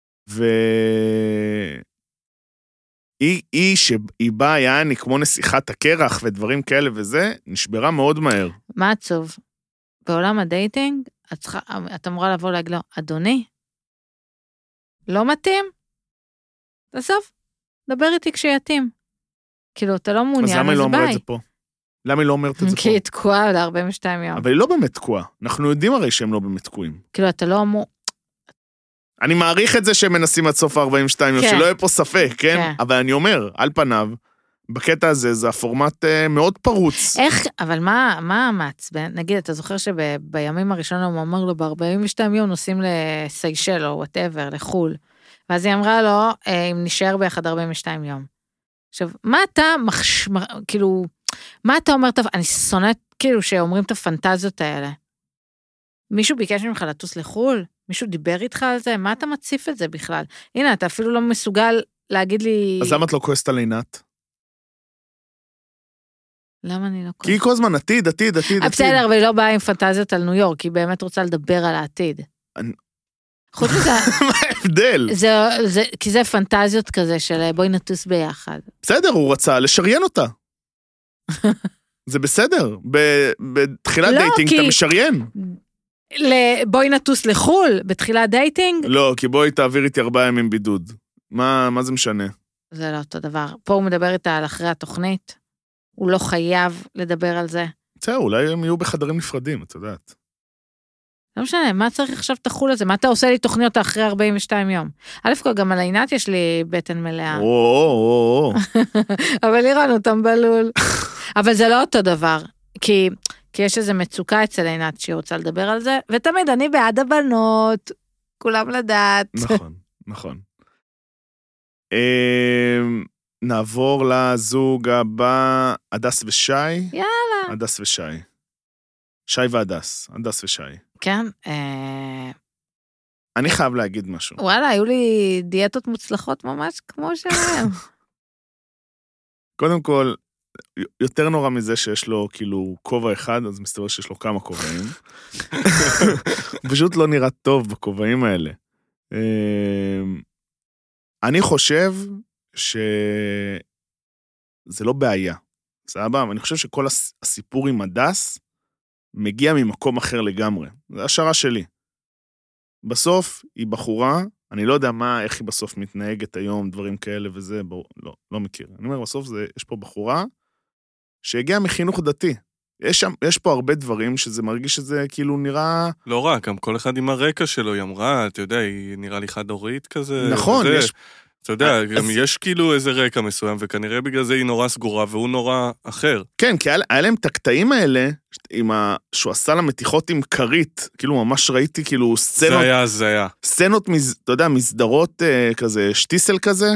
שהיא באה, יעני, כמו נסיכת הקרח ודברים כאלה וזה, נשברה מאוד מהר. מה עצוב? בעולם הדייטינג, את אמורה לבוא להגיד לו, אדוני, לא מתאים? תעזוב, דבר איתי כשיתאים. כאילו, אתה לא מעוניין, אז ביי. אז למה היא לא אומרת את זה פה? למה היא לא אומרת את זה פה? כי היא תקועה ל-42 יום. אבל היא לא באמת תקועה. אנחנו יודעים הרי שהם לא באמת תקועים. כאילו, אתה לא אמור... אני מעריך את זה שהם מנסים עד סוף ה-42 יום, שלא יהיה פה ספק, כן? אבל אני אומר, על פניו, בקטע הזה, זה הפורמט מאוד פרוץ. איך, אבל מה המעצבן? נגיד, אתה זוכר שבימים הראשונים הוא אמר לו, ב-42 יום נוסעים לסיישל או whatever, לחול. ואז היא אמרה לו, אם נשאר ביחד 42 יום. עכשיו, מה אתה כאילו, מה אתה אומר, אני שונאת כאילו שאומרים את הפנטזיות האלה. מישהו ביקש ממך לטוס לחול? מישהו דיבר איתך על זה? מה אתה מציף את זה בכלל? הנה, אתה אפילו לא מסוגל להגיד לי... אז למה את לא כועסת על עינת? למה אני לא כועסת? כי היא כל הזמן עתיד. בסדר, אבל היא לא באה עם פנטזיות על ניו יורק, היא באמת רוצה לדבר על העתיד. חוץ מזה... מה ההבדל? כי זה פנטזיות כזה של בואי נטוס ביחד. בסדר, הוא רצה לשריין אותה. זה בסדר. בתחילת דייטינג אתה משריין. בואי נטוס לחול, בתחילת דייטינג? לא, כי בואי תעביר איתי 4 ימים בידוד. מה זה משנה? זה לא אותו דבר. פה הוא מדבר איתה על אחרי התוכנית. הוא לא חייב לדבר על זה. בסדר, אולי הם יהיו בחדרים נפרדים, את יודעת. לא משנה, מה צריך עכשיו תחול על זה? מה אתה עושה לי תוכניות אחרי 42 יום? א' כל, גם על עינת יש לי בטן מלאה. אבל אירן אותם בלול. אבל זה לא אותו דבר, כי יש איזו מצוקה אצל עינת שהיא רוצה לדבר על זה, ותמיד אני בעד הבנות, כולם לדעת. נכון. נעבור לזוג הבא, הדס ושי. יאללה. הדס ושי. שי והדס, הדס ושי. כן. אני חייב להגיד משהו. וואלה, היו לי דיאטות מוצלחות ממש כמו שלהם. קודם כל, יותר נורא מזה שיש לו כאילו כובע אחד, אז מסתבר שיש לו כמה כובעים. פשוט לא נראה טוב בכובעים האלה. אני חושב שזה לא בעיה. סבבה? אני חושב שכל הסיפור עם הדס מגיע ממקום אחר לגמרי. זה השערה שלי. בסוף היא בחורה, אני לא יודע איך היא בסוף מתנהגת היום, דברים כאלה וזה, לא מכיר. אני אומר, בסוף יש פה בחורה שהגיעה מחינוך דתי. יש פה הרבה דברים שזה מרגיש שזה כאילו נראה... לא רק, גם כל אחד עם הרקע שלו, היא אמרה, אתה יודע, היא נראה לי חד-הורית כזה. נכון, יש... אתה יודע, גם יש כאילו איזה רקע מסוים, וכנראה בגלל זה היא נורא סגורה, והוא נורא אחר. כן, כי היה להם את הקטעים האלה, שהוא עשה לה מתיחות עם קרית, כאילו ממש ראיתי כאילו סצנות... זה היה. סצנות, אתה יודע, מסדרות כזה, שטיסל כזה.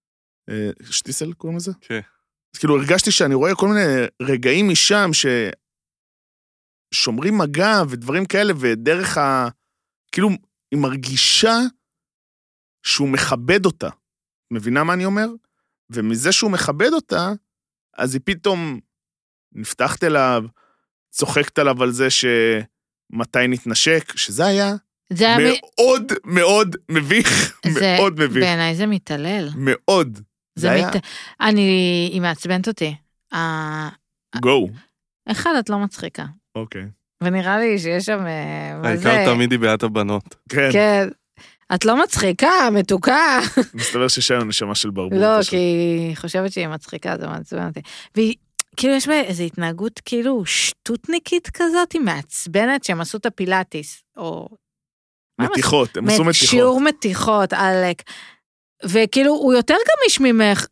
שטיסל קוראים לזה? כן. אז כאילו הרגשתי שאני רואה כל מיני רגעים משם, ששומרים מגע ודברים כאלה, ודרך כאילו, היא מרגישה שהוא מכבד אותה. מבינה מה אני אומר? ומזה שהוא מכבד אותה, אז היא פתאום נפתחת אליו, צוחקת עליו על זה שמתי נתנשק, שזה היה מאוד מאוד מביך, מאוד מביך. בעיניי זה מתעלל. מאוד. זה היה. היא מעצבנת אותי. גו. אחד, את לא מצחיקה. אוקיי. ונראה לי שיש שם... העיקר תמיד היא בעט הבנות. כן. את לא מצחיקה, מתוקה. מסתבר ששיינו נשמה של ברבור. לא, כי היא חושבת שהיא מצחיקה, זה מעצבן אותי. והיא, כאילו יש בה איזו התנהגות כאילו שטוטניקית כזאת, היא מעצבנת שהם עשו את הפילאטיס, או... מתיחות, הם עשו מתיחות. שיעור מתיחות, אלק. וכאילו, הוא יותר גמיש ממך,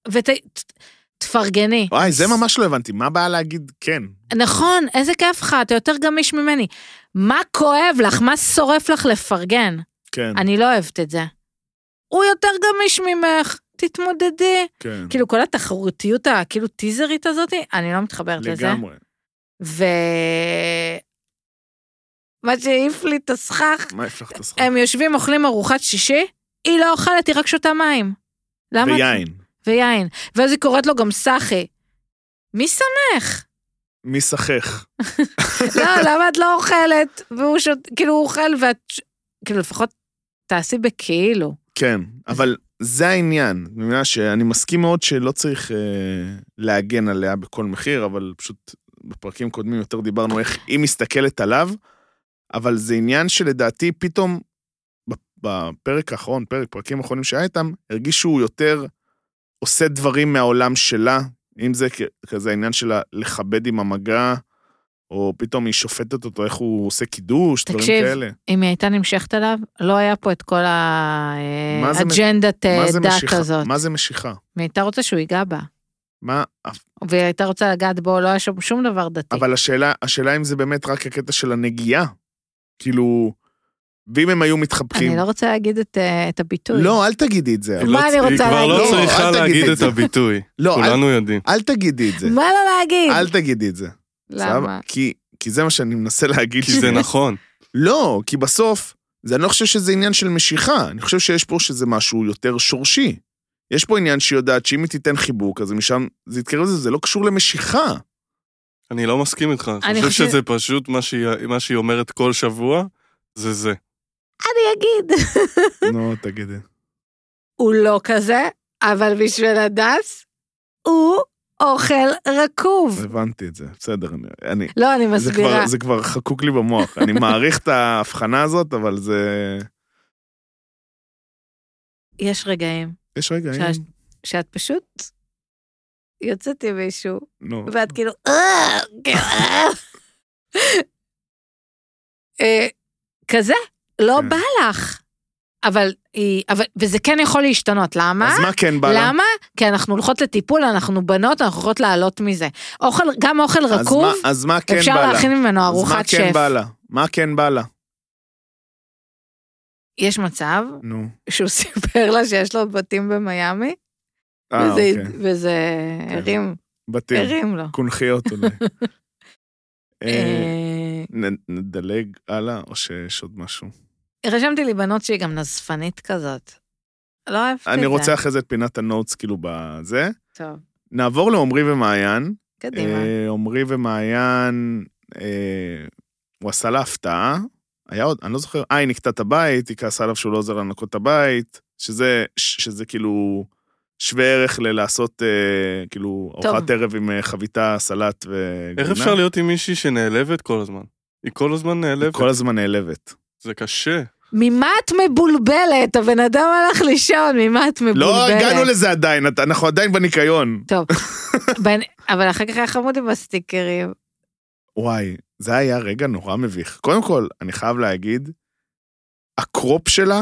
ותפרגני. וואי, זה ממש לא הבנתי, מה באה להגיד כן? נכון, איזה כיף לך, אתה יותר גמיש ממני. מה כואב לך, מה שורף לך לפרגן? כן. אני לא אוהבת את זה. הוא יותר גמיש ממך, תתמודדי. כן. כאילו כל התחרותיות, כאילו טיזרית הזאת, אני לא מתחברת לזה. לגמרי. מה שהעיף לי את הסכך, מה העיף לך את הסכך? הם יושבים, אוכלים ארוחת שישי, היא לא אוכלת, היא רק שותה מים. למה? ויין. ואז היא קוראת לו גם סחי. מי שמח? מי שחך? לא, למה את לא אוכלת? והוא כאילו הוא אוכל ואת... כאילו לפחות תעשי בכאילו. כן, אבל זה העניין. במילה שאני מסכים מאוד שלא צריך להגן עליה בכל מחיר, אבל פשוט בפרקים קודמים יותר דיברנו איך היא מסתכלת עליו, אבל זה עניין שלדעתי פתאום בפרק האחרון, פרקים האחרונים שהיה איתם, הרגישו יותר עושה דברים מהעולם שלה, אם זה כזה העניין שלה לכבד עם המגע, או פתאום היא שופטת אותו, איך הוא עושה קידוש, דברים כאלה. תקשיב, אם היא הייתה נמשכת עליו, לא היה פה את כל האג'נדת דת הזאת. מה זה משיכה? היא הייתה רוצה שהוא ייגע בה. מה? והיא הייתה רוצה לגעת בו, לא היה שום דבר דתי. אבל השאלה אם זה באמת רק הקטע של הנגיעה. כאילו, ואם הם היו מתחבקים... אני לא רוצה להגיד את הביטוי. לא, אל תגידי את זה. מה אני רוצה להגיד? היא כבר לא צריכה להגיד את הביטוי. כולנו יודעים. אל תגידי את זה. מה לא להגיד? אל תגידי את זה. למה? כי זה מה שאני מנסה להגיד. כי זה נכון. לא, כי בסוף, אני לא חושב שזה עניין של משיכה. אני חושב שיש פה שזה משהו יותר שורשי. יש פה עניין שיודעת שאם היא תיתן חיבוק, אז משם זה יתקרב לזה, זה לא קשור למשיכה. אני לא מסכים איתך. אני חושב שזה פשוט מה שהיא אומרת כל שבוע, זה. אני אגיד. נו, תגידי. הוא לא כזה, אבל בשביל הדס, הוא אוכל רקוב. הבנתי את זה, בסדר. לא, אני מסבירה. זה כבר חקוק לי במוח. אני מעריך את ההבחנה הזאת, אבל זה... יש רגעים. שאת פשוט יוצאת עם מישהו, ואת כאילו, כזה, לא בא לך. וזה כן יכול להשתנות, למה? אז מה כן בא לה? למה? כי אנחנו הולכות לטיפול, אנחנו בנות, אנחנו הולכות לעלות מזה. גם אוכל רקוב, אז מה כן בא לה? אפשר להכין ממנו ארוחת שף. מה כן בא לה? יש מצב שהוא סיפר לה שיש לו בתים במיימי, וזה הרים לו. קונחיות אולי. נדלג הלאה, או שיש עוד משהו? רשמתי לי בנות שהיא גם נזפנית כזאת. לא אוהבת את זה. אני רוצה אחרי זה את פינת הנוטס, כאילו בזה. טוב. נעבור לעומרי ומעיין. קדימה. עומרי ומעיין, הוא עשה לה הפתעה. היה עוד, אני לא זוכר, היא נקטה את הבית, היא כעסה עליו שהוא לא עוזר לנקות את הבית, שזה כאילו שווה ערך לעשות כאילו ארוחת ערב עם חביתה, סלט וגבינה. איך אפשר להיות עם מישהי שנעלבת כל הזמן? היא כל הזמן נעלבת. היא כל הזמן נעלבת. זה קשה. ממה את מבולבלת? הבן אדם הלך לישון, ממה את מבולבלת? לא הגענו לזה עדיין, אנחנו עדיין בניקיון. טוב, אבל אחר כך היה חמוד עם הסטיקרים. וואי, זה היה רגע נורא מביך. קודם כל, אני חייב להגיד, הקרופ שלה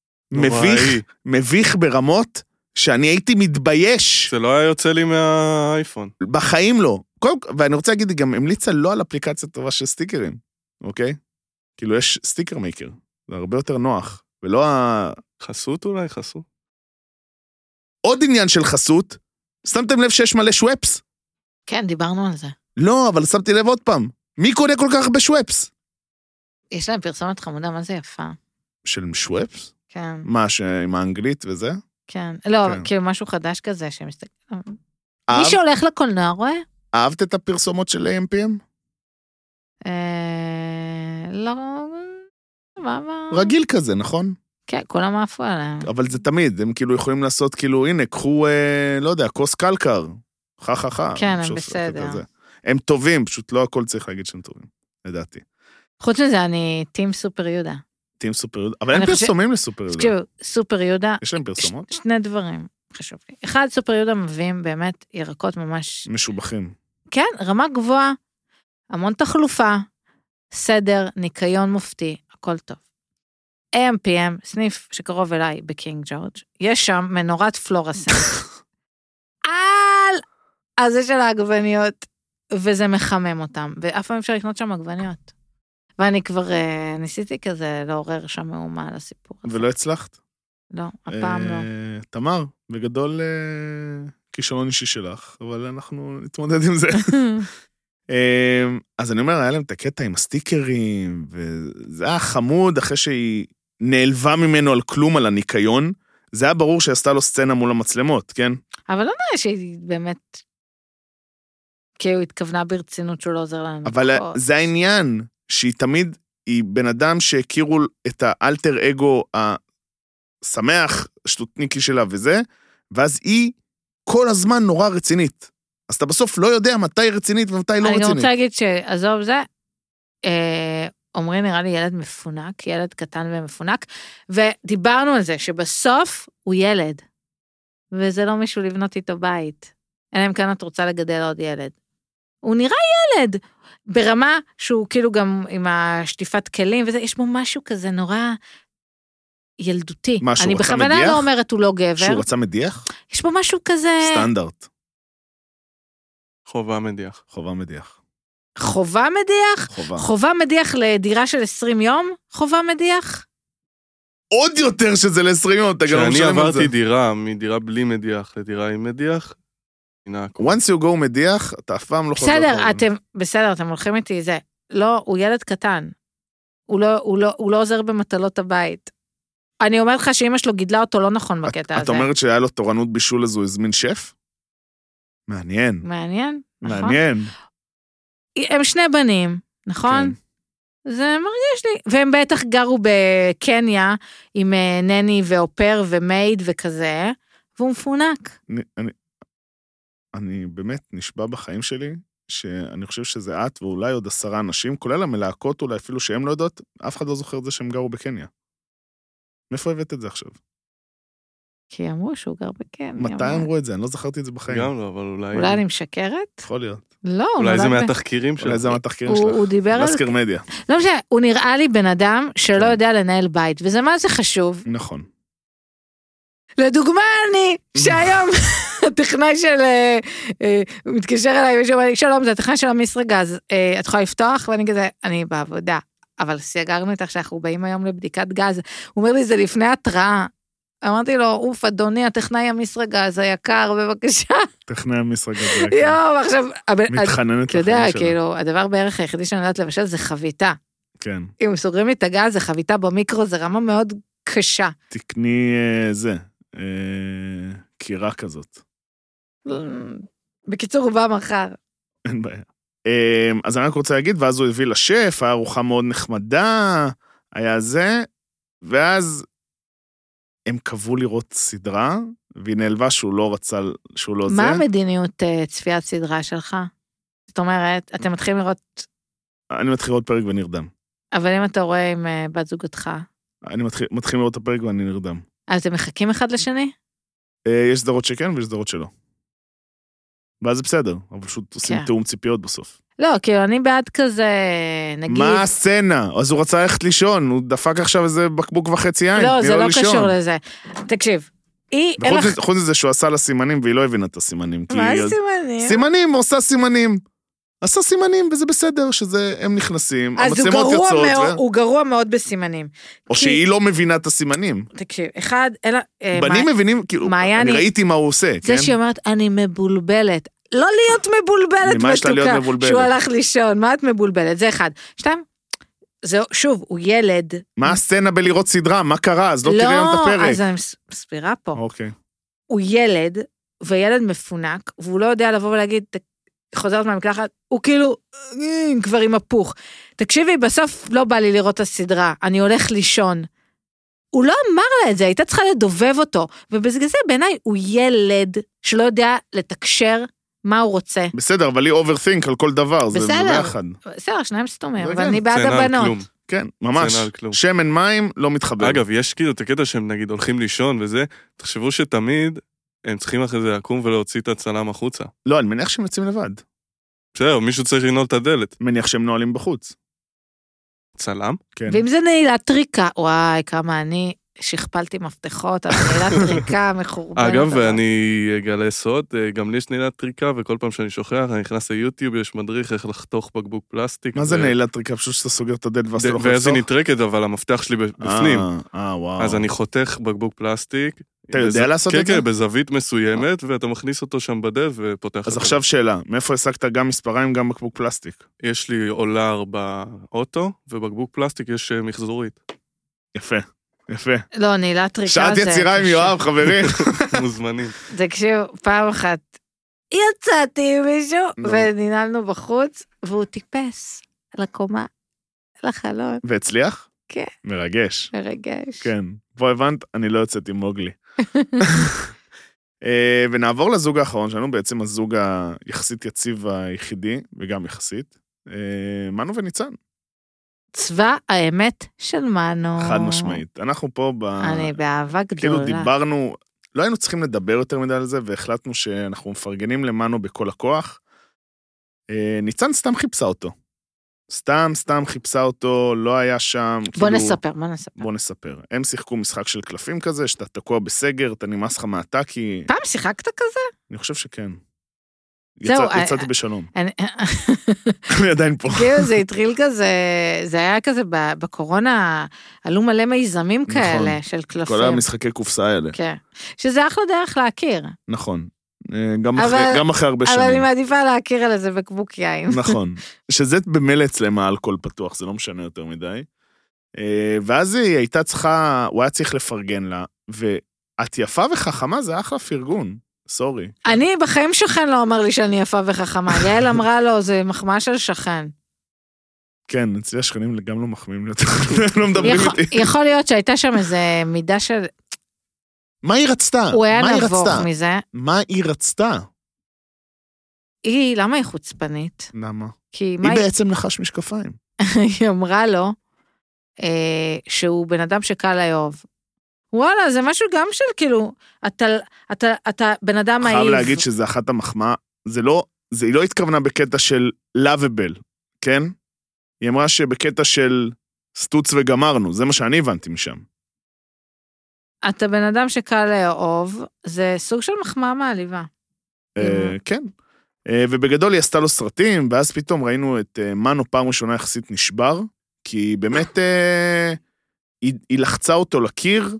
מביך ברמות שאני הייתי מתבייש. זה לא היה יוצא לי מהאייפון. בחיים לא. ואני רוצה להגיד, היא גם המליצה לא על אפליקציה טובה של סטיקרים, אוקיי? כאילו יש סטיקר מייקר, זה הרבה יותר נוח, ולא חסות אולי, חסות. עוד עניין של חסות, שמתם לב שיש מלא שוואפס? כן, דיברנו על זה. לא, אבל שמתי לב עוד פעם. מי קונה כל כך הרבה שוואפס? יש להם פרסומת חמודה, מה זה יפה? של שוואפס? כן. מה, עם האנגלית וזה? כן. לא, כאילו משהו חדש כזה שמסתכל. מי שהולך לקולנוע רואה? אהבת את הפרסומות של AMPM? לא, רגיל כזה, נכון? כן, כולם עפו עליהם. אבל זה תמיד, הם כאילו יכולים לעשות כאילו, הנה, קחו, לא יודע, כוס קלקר. חכה. כן, הם בסדר. הם טובים, פשוט לא הכל צריך להגיד שהם טובים, לדעתי. חוץ מזה, אני טים סופר יהודה. טים סופר יהודה, אבל אין פרסומים לסופר יהודה. תקשיבו, סופר יהודה... יש להם פרסומות? שני דברים, חשוב לי. אחד, סופר יהודה מביאים באמת ירקות ממש... משובחים. כן, רמה גבוהה, המון תחלופה, סדר, ניקיון מופתי, הכל טוב. AMPM, סניף שקרוב אליי בקינג ג'ורג', יש שם מנורת פלורסנט. על זה של העגבניות, וזה מחמם אותם, ואף פעם אפשר לקנות שם עגבניות. ואני כבר ניסיתי כזה לעורר שם מאומה על הסיפור הזה. ולא הצלחת? לא, הפעם לא. תמר, בגדול כישרון אישי שלך, אבל אנחנו נתמודד עם זה. אז אני אומר, היה להם את הקטע עם הסטיקרים, וזה היה חמוד אחרי שהיא נעלבה ממנו על כלום, על הניקיון, זה היה ברור שעשתה לו סצנה מול המצלמות, כן? אבל לא נראה שהיא באמת, כאילו התכוונה ברצינות שהוא לא עוזר לנו. אבל זה העניין, שהיא תמיד, היא בן אדם שהכירו את האלטר אגו השמח, השטותניקי שלה וזה, ואז היא כל הזמן נורא רצינית. אז אתה בסוף לא יודע מתי היא רצינית ומתי היא לא רצינית. אני רוצה להגיד שעזוב זה, אומרים נראה לי ילד מפונק, ילד קטן ומפונק, ודיברנו על זה שבסוף הוא ילד, וזה לא מישהו לבנות איתו בית. אלא אם כאן את רוצה לגדל עוד ילד. הוא נראה ילד, ברמה שהוא כאילו גם עם השטיפת כלים, וזה, יש בו משהו כזה נורא ילדותי. משהו אני בכוונה לא אומרת הוא לא גבר. שהוא רצה מדיח? יש בו משהו כזה... סטנדרט. חובה מדיח. חובה מדיח. חובה מדיח? חובה. חובה מדיח לדירה של 20 יום? חובה מדיח? עוד יותר שזה ל-20 יום, אתה גם לא משלם על זה. כשאני עברתי דירה, מדירה בלי מדיח לדירה עם מדיח, once you go מדיח, אתה אף פעם לא חוזר. בסדר, אתם הולכים איתי, זה. לא, הוא ילד קטן. הוא לא עוזר במטלות הבית. אני אומרת לך שאמא שלו גידלה אותו לא נכון בקטע הזה. את אומרת שהיה לו תורנות בישול אז הוא הזמין שף? מעניין. מעניין, נכון. מעניין. הם שני בנים, נכון? כן. זה מרגיש לי. והם בטח גרו בקניה עם נני ואופר ומייד וכזה, והוא מפונק. אני באמת נשבע בחיים שלי, שאני חושב שזה את ואולי עוד 10 אנשים, כולל המלהקות אולי אפילו שהם לא יודעות, אף אחד לא זוכר את זה שהם גרו בקניה. מאיפה הבאת את זה עכשיו? כי אמרו שהוא גר בקניה. מתי אמרו את זה? אני לא זכרתי את זה בחיים. גם לא, אבל אולי... אולי אני משקרת? יכול להיות. לא. אולי זה מהתחקירים שלך. אולי זה מהתחקירים שלך. הוא דיבר על... לסקר מדיה. לא משנה, הוא נראה לי בן אדם שלא יודע לנהל בית, וזה מה זה חשוב. נכון. לדוגמה אני, שהיום הטכנאי של... הוא מתקשר אליי, שלום, זה הטכנאי של המסרגז, את יכולה לפתוח? ואני כזה, אני בעבודה. אבל סגרנו איתך שאנחנו באים היום לבדיקת גז. הוא אומר לי, זה לפני התראה. אמרתי לו, אוף, אדוני, הטכנאי המסרגז היקר, בבקשה. טכנאי המסרגז היקר. יואו, עכשיו... מתחננת אתה יודע, כאילו, הדבר בערך היחידי שאני יודעת לבשל זה חביתה. כן. אם סוגרים לי את הגז, זה חביתה במיקרו, זה רמה מאוד קשה. תקני זה, קירה כזאת. בקיצור, הוא בא מחר. אין בעיה. אז אני רק רוצה להגיד, ואז הוא הביא לשף, היה ארוחה מאוד נחמדה, היה זה, ואז הם קבעו לראות סדרה, והיא נעלבה שהוא לא רצה, שהוא לא זה. מה המדיניות צפיית סדרה שלך? זאת אומרת, אתם מתחילים לראות... אני מתחיל לראות פרק ונרדם. אבל אם אתה רואה עם בת זוגתך? אני מתחיל לראות את הפרק ואני נרדם. אז אתם מחכים אחד לשני? יש סדרות שכן ויש סדרות שלא. ואז זה בסדר, אבל פשוט עושים תאום ציפיות בסוף. לא, כאילו אני בעד כזה, נגיד... מה הסצנה? אז הוא רצה ללכת לישון, הוא דפק עכשיו איזה בקבוק וחצי יין. לא, זה לא קשור לזה. תקשיב, חוץ מזה שהוא עשה לה סימנים, והיא לא הבינה את הסימנים. מה סימנים? סימנים, הוא עושה סימנים. עשה סימנים, וזה בסדר, הם נכנסים, המצלמות יוצאות. הוא גרוע מאוד בסימנים. או שהיא לא מבינה את הסימנים. תקשיב, אחד, אלא... בנים מבינים, כאילו, אני ראיתי מה הוא עושה, כן? זה שהיא אומרת, אני מבולבלת. לא להיות מבולבלת מתוקה, שהוא הלך לישון, מה את מבולבלת? זה אחד. שתיים, זה, שוב, הוא ילד. מה הסצנה בלראות סדרה? מה קרה? אז לא תראי היום את הפרק. לא, אז אני מסבירה פה. אוקיי. הוא ילד, וילד מפונק, והוא לא יודע לבוא ולהגיד, חוזרת מהמקלחת, הוא כאילו, כבר עם הפוך. תקשיבי, בסוף לא בא לי לראות את הסדרה, אני הולך לישון. הוא לא אמר לה את זה, הייתה צריכה לדובב אותו, ובגלל זה בעיניי הוא ילד שלא יודע לתקשר מה הוא רוצה. בסדר, אבל היא overthink על כל דבר, זה ביחד. בסדר, שניים סתומים, אבל אני בעד הבנות. כן, ממש. שמן מים לא מתחבר. אגב, יש כאילו את הקטע שהם נגיד הולכים לישון וזה, תחשבו שתמיד הם צריכים אחרי זה לקום ולהוציא את הצלם החוצה. לא, אני מניח שהם יוצאים לבד. בסדר, מישהו צריך לנעול את הדלת. מניח שהם נועלים בחוץ. צלם? כן. ואם זה נעילת טריקה, וואי, כמה אני שכפלתי מפתחות, אבל נעילת טריקה מחורבנת. אגב, ואני אגלה סוד, גם לי יש נעילת טריקה, וכל פעם שאני שוכח, אני נכנס ליוטיוב, יש מדריך איך לחתוך בקבוק פלסטיק. מה זה נעילת טריקה? פשוט שאתה סוגר את הדלת ואז אתה לא יכול לחתוך? ואז היא נטרקת, אבל המפתח שלי בפנים. וואו. אז אני חותך בקבוק פלסטיק. אתה יודע לעשות את זה? כן, בזווית מסוימת, ואתה מכניס אותו שם בדלת ופותח. אז עכשיו שאלה, מאיפה השגת גם מספריים, גם בקבוק פלסטיק? יש לי אולר באוטו, ובקבוק פלסטיק יש מחזורית. יפה. יפה. לא, נעילת טריקה זה... שעת יצירה עם יואב, חברים. מוזמנים. תקשיב, פעם אחת יצאתי עם מישהו, וננעלנו בחוץ, והוא טיפס לקומה, לחלון. והצליח? כן. מרגש. מרגש. כן. פה הבנת, אני לא יוצאתי מוגלי. ונעבור לזוג האחרון שלנו, בעצם הזוג היחסית יציב היחידי, וגם יחסית, מנו וניצן. צבא האמת של מנו. חד משמעית. אנחנו פה אני באהבה גדולה. כאילו דיברנו, לא היינו צריכים לדבר יותר מדי על זה, והחלטנו שאנחנו מפרגנים למנו בכל הכוח. ניצן סתם חיפשה אותו. סתם חיפשה אותו, לא היה שם. בוא נספר. בוא נספר. הם שיחקו משחק של קלפים כזה, שאתה תקוע בסגר, אתה נמאס לך מעתה, כי... פעם שיחקת כזה? אני חושב שכן. יצאתי בשלום. אני עדיין פה. כאילו זה התחיל כזה, זה היה כזה בקורונה, עלו מלא מיזמים כאלה של קלפים. כל המשחקי קופסה האלה. כן. שזה אחלה דרך להכיר. נכון. גם אחרי הרבה שנים. אבל אני מעדיפה להכיר על איזה בקבוק יין. נכון. שזה במילא אצלם האלכוהול פתוח, זה לא משנה יותר מדי. ואז היא הייתה צריכה, הוא היה צריך לפרגן לה, ואת יפה וחכמה, זה אחלה פרגון. סורי. אני בחיים שכן לא אמר לי שאני יפה וחכמה. יעל אמרה לו, זה מחמאה של שכן. כן, אצלי השכנים גם לא מחמיאים לי יותר. לא מדברים איתי. יכול להיות שהייתה שם איזה מידה של... מה היא רצתה? הוא היה נבוך מזה. מה היא רצתה? למה היא חוצפנית? למה? היא בעצם נחש משקפיים. היא אמרה לו שהוא בן אדם שקל לאהוב. וואלה, זה משהו גם של כאילו, אתה בן אדם מעיב. חייב להגיד שזה אחת המחמאה, היא לא התכוונה בקטע של lovable, כן? היא אמרה שבקטע של סטוץ וגמרנו, זה מה שאני הבנתי משם. אתה בן אדם שקל לאהוב, זה סוג של מחמאה מעליבה. כן. ובגדול היא עשתה לו סרטים, ואז פתאום ראינו את מנו פעם ראשונה יחסית נשבר, כי באמת היא לחצה אותו לקיר,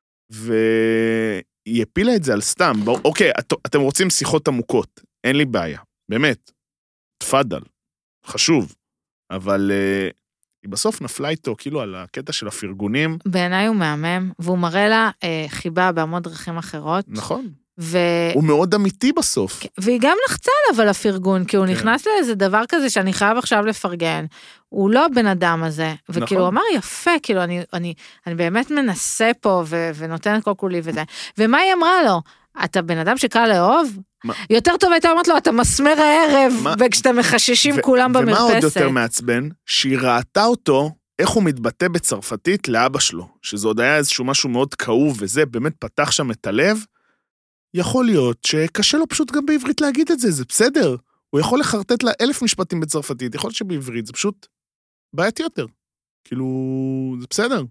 והיא הפילה את זה על סתם. אוקיי, אתם רוצים שיחות עמוקות, אין לי בעיה, באמת, תפדל, חשוב, אבל היא בסוף נפלה איתו, כאילו על הקטע של הפרגונים. בעיניי הוא מהמם, והוא מראה לה חיבה בהמון דרכים אחרות. נכון. הוא מאוד אמיתי בסוף. והיא גם לחצה עליו על הפרגון, כי הוא נכנס לאיזה דבר כזה שאני חייב עכשיו לפרגן. הוא לא הבן אדם הזה. וכאילו הוא אמר יפה, כאילו אני באמת מנסה פה ונותן את כל כולי וזה. ומה היא אמרה לו? אתה בן אדם שקל לאהוב? יותר טוב הייתה אומרת לו, אתה מסמר הערב, וכשאתה מחששים כולם במרפסת. ומה עוד יותר מעצבן? שהיא ראתה אותו, איך הוא מתבטא בצרפתית לאבא שלו, שזה עוד היה איזשהו משהו מאוד כאוב, וזה באמת פתח שם את הלב, יכול להיות שקשה לו פשוט גם בעברית להגיד את זה, זה בסדר. הוא יכול לחרטט לה 1000 משפטים בצרפתית, יכול להיות שבעברית זה פשוט בעייתי יותר. כאילו, זה בסדר.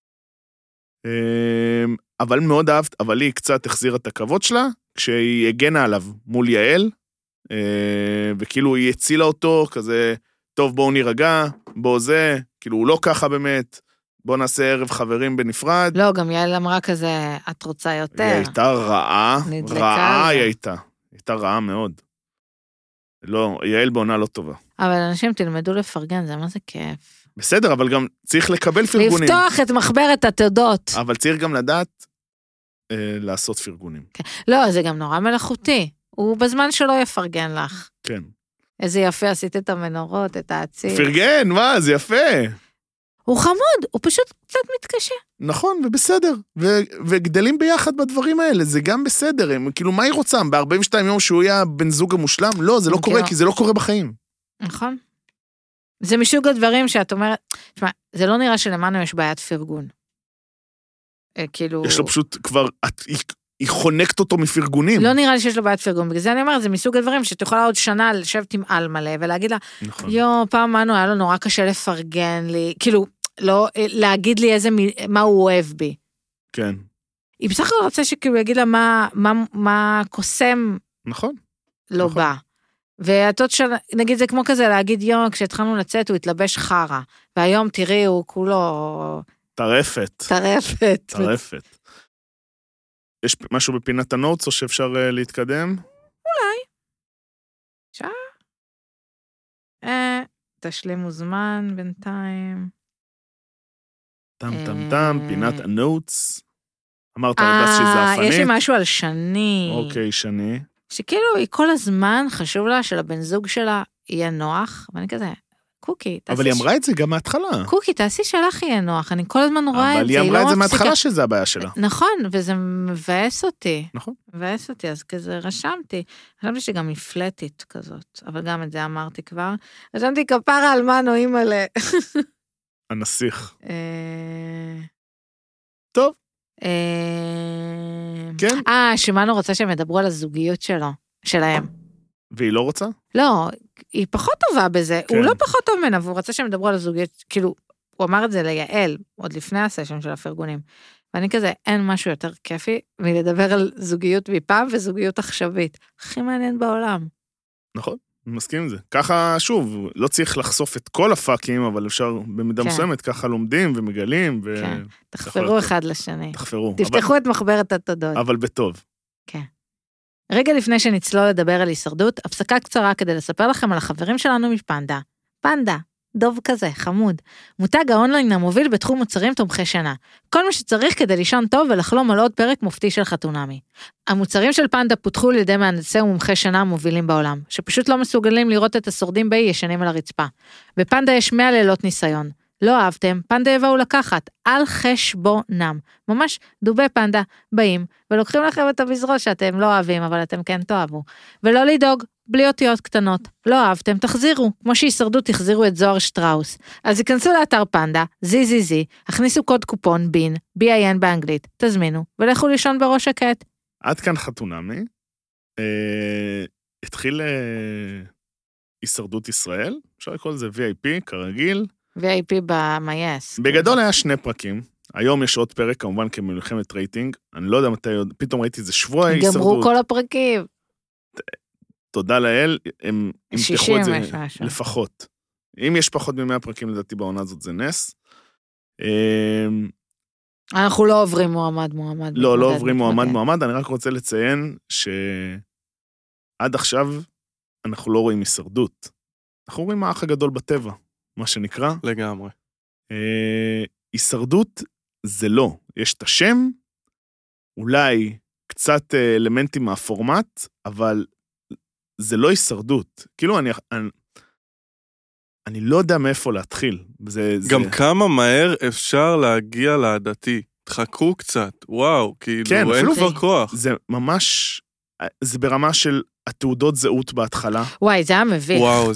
אבל מאוד אהבת, אבל היא קצת החזירה את הכבוד שלה, כשהיא הגנה עליו מול יעל, וכאילו היא הצילה אותו, כזה, טוב בואו נירגע, בואו זה, כאילו הוא לא ככה באמת, בואו נעשה ערב חברים בנפרד. לא, גם יעל אמרה כזה, את רוצה יותר. היא הייתה רעה, רעה היא הייתה. הייתה רעה מאוד. לא, יעל בעונה לא טובה. אבל אנשים תלמדו לפרגן, זה מה זה כיף. בסדר, אבל גם צריך לקבל פרגונים. לפתוח את מחברת התודות. אבל צריך גם לדעת לעשות פרגונים. לא, זה גם נורא מלאכותי. הוא בזמן שלא יפרגן לך. כן. איזה יפה עשית את המנורות, את העציב. פרגן, מה, זה יפה. הוא חמוד, הוא פשוט קצת מתקשה. נכון, ובסדר. וגדלים ביחד בדברים האלה, זה גם בסדר. כאילו, מה היא רוצה? ב-42 יום שהוא היה בן זוג המושלם? לא, זה לא קורה, כי זה לא קורה בחיים. נכון. זה משוג הדברים שאת אומרת, תשמע, זה לא נראה שלמנו יש בעיית פרגון. כאילו... יש לו פשוט כבר, היא חונקת אותו מפרגונים. לא נראה לי שיש לו בעיית פרגון, בגלל זה אני אומרת, זה מסוג הדברים שאת יכולה עוד שנה לשבת עם על מלא, ולהגיד לה, פעם מנו היה לו נורא קשה לפרגן לי, כאילו, לא, להגיד לי מה הוא אוהב בי. כן. היא בסך הכל רוצה שכאילו יגיד לה מה קוסם נכון. לא בא. והתות של, נגיד זה כמו כזה להגיד, כשהתחלנו לצאת הוא התלבש חרה, והיום תראי הוא כולו... טרפת. יש משהו בפינת הנוטס או שאפשר להתקדם? אולי. תשלימו זמן בינתיים. טם, פינת הנוטס. אמרת לדעת שזה אפנית. יש לי משהו על שני. אוקיי, שני. שכאילו היא כל הזמן חשוב לה שלבן זוג שלה יהיה נוח, ואני כזה, קוקי, אבל היא אמרה את זה גם מההתחלה. קוקי, תעשי שלך יהיה נוח, אני כל הזמן רואה את זה. אבל היא אמרה את זה מההתחלה שזה הבעיה שלה. נכון, וזה מבאס אותי. נכון. מבאס אותי, אז כזה רשמתי שגם היא פלטית כזאת, אבל גם את זה אמרתי כבר. רשמתי כפרה על מנו, אימא'לה. הנסיך. טוב. כן. שמנו רוצה שהם ידברו על הזוגיות שלהם. והיא לא רוצה? לא, היא פחות טובה בזה, הוא לא פחות טוב ממנה, והוא רוצה שהם ידברו על הזוגיות, כאילו, הוא אמר את זה ליעל, עוד לפני הסשן של הפרגונים, ואני כזה, אין משהו יותר כיפי, מלדבר על זוגיות מפעם וזוגיות עכשווית, הכי מעניין בעולם. נכון, אני מסכים עם זה. ככה, שוב, לא צריך לחשוף את כל הפאקים, אבל אפשר במידה מסוימת, ככה לומדים ומגלים, כן, תחפרו אחד לשני. תחפרו. תפתחו את מחברת התודות. אבל בטוב. כן. רגע לפני שנצלול לדבר על הישרדות, הפסקה קצרה כדי לספר לכם על החברים שלנו מפנדה. פנדה, דוב כזה, חמוד. מותג האונליין המוביל בתחום מוצרים תומכי שינה. כל מה שצריך כדי לישון טוב ולחלום על עוד פרק מופתי של חתונמי. המוצרים של פנדה פותחו על ידי מהנדסי ומומחי שינה המובילים בעולם, שפשוט לא מסוגלים לראות את השורדים בי ישנים על הרצפה. בפנדה יש 100 לילות ניסיון. לא אהבתם, פנדה יבואו לקחת, על חשבונם. ממש דובי פנדה באים, ולוקחים לכם את המזרון שאתם לא אוהבים, אבל אתם כן תאהבו. ולא לדאוג, בלי אותיות קטנות. לא אהבתם, תחזירו, כמו שהישרדות תחזירו את זוהר שטראוס. אז ייכנסו לאתר פנדה, ZZZ, הכניסו קוד קופון בין, BIN באנגלית, תזמינו, ולכו לישון בראש שקט. עד כאן חתונמי. התחיל הישרדות ישראל, אפשר לקרוא לזה VIP, כרגיל. VIP במייס. בגדול היה 2 פרקים, היום יש עוד פרק, כמובן כמלחמת רייטינג, אני לא יודע מתי, פתאום ראיתי איזה שבוע הישרדות. גמרו כל הפרקים. תודה לאל, הם ימתחו את זה לפחות. אם יש פחות מ-100 פרקים לדעתי בעונה הזאת, זה נס. אנחנו לא עוברים מועמד. לא עוברים מועמד, אני רק רוצה לציין שעד עכשיו אנחנו לא רואים הישרדות. אנחנו רואים האח הגדול בטבע, מה שנקרא. לגמרי. הישרדות זה לא. יש את השם, אולי קצת אלמנטים מהפורמט, אבל זה לא הישרדות. כאילו אני לא יודע מאיפה להתחיל. גם כמה מהר אפשר להגיע לעדתי. תחכו קצת, וואו, כאילו, כן, אין כבר כוח. זה ממש, זה ברמה של התעודות זהות בהתחלה. וואי, זה היה מביך. וואו,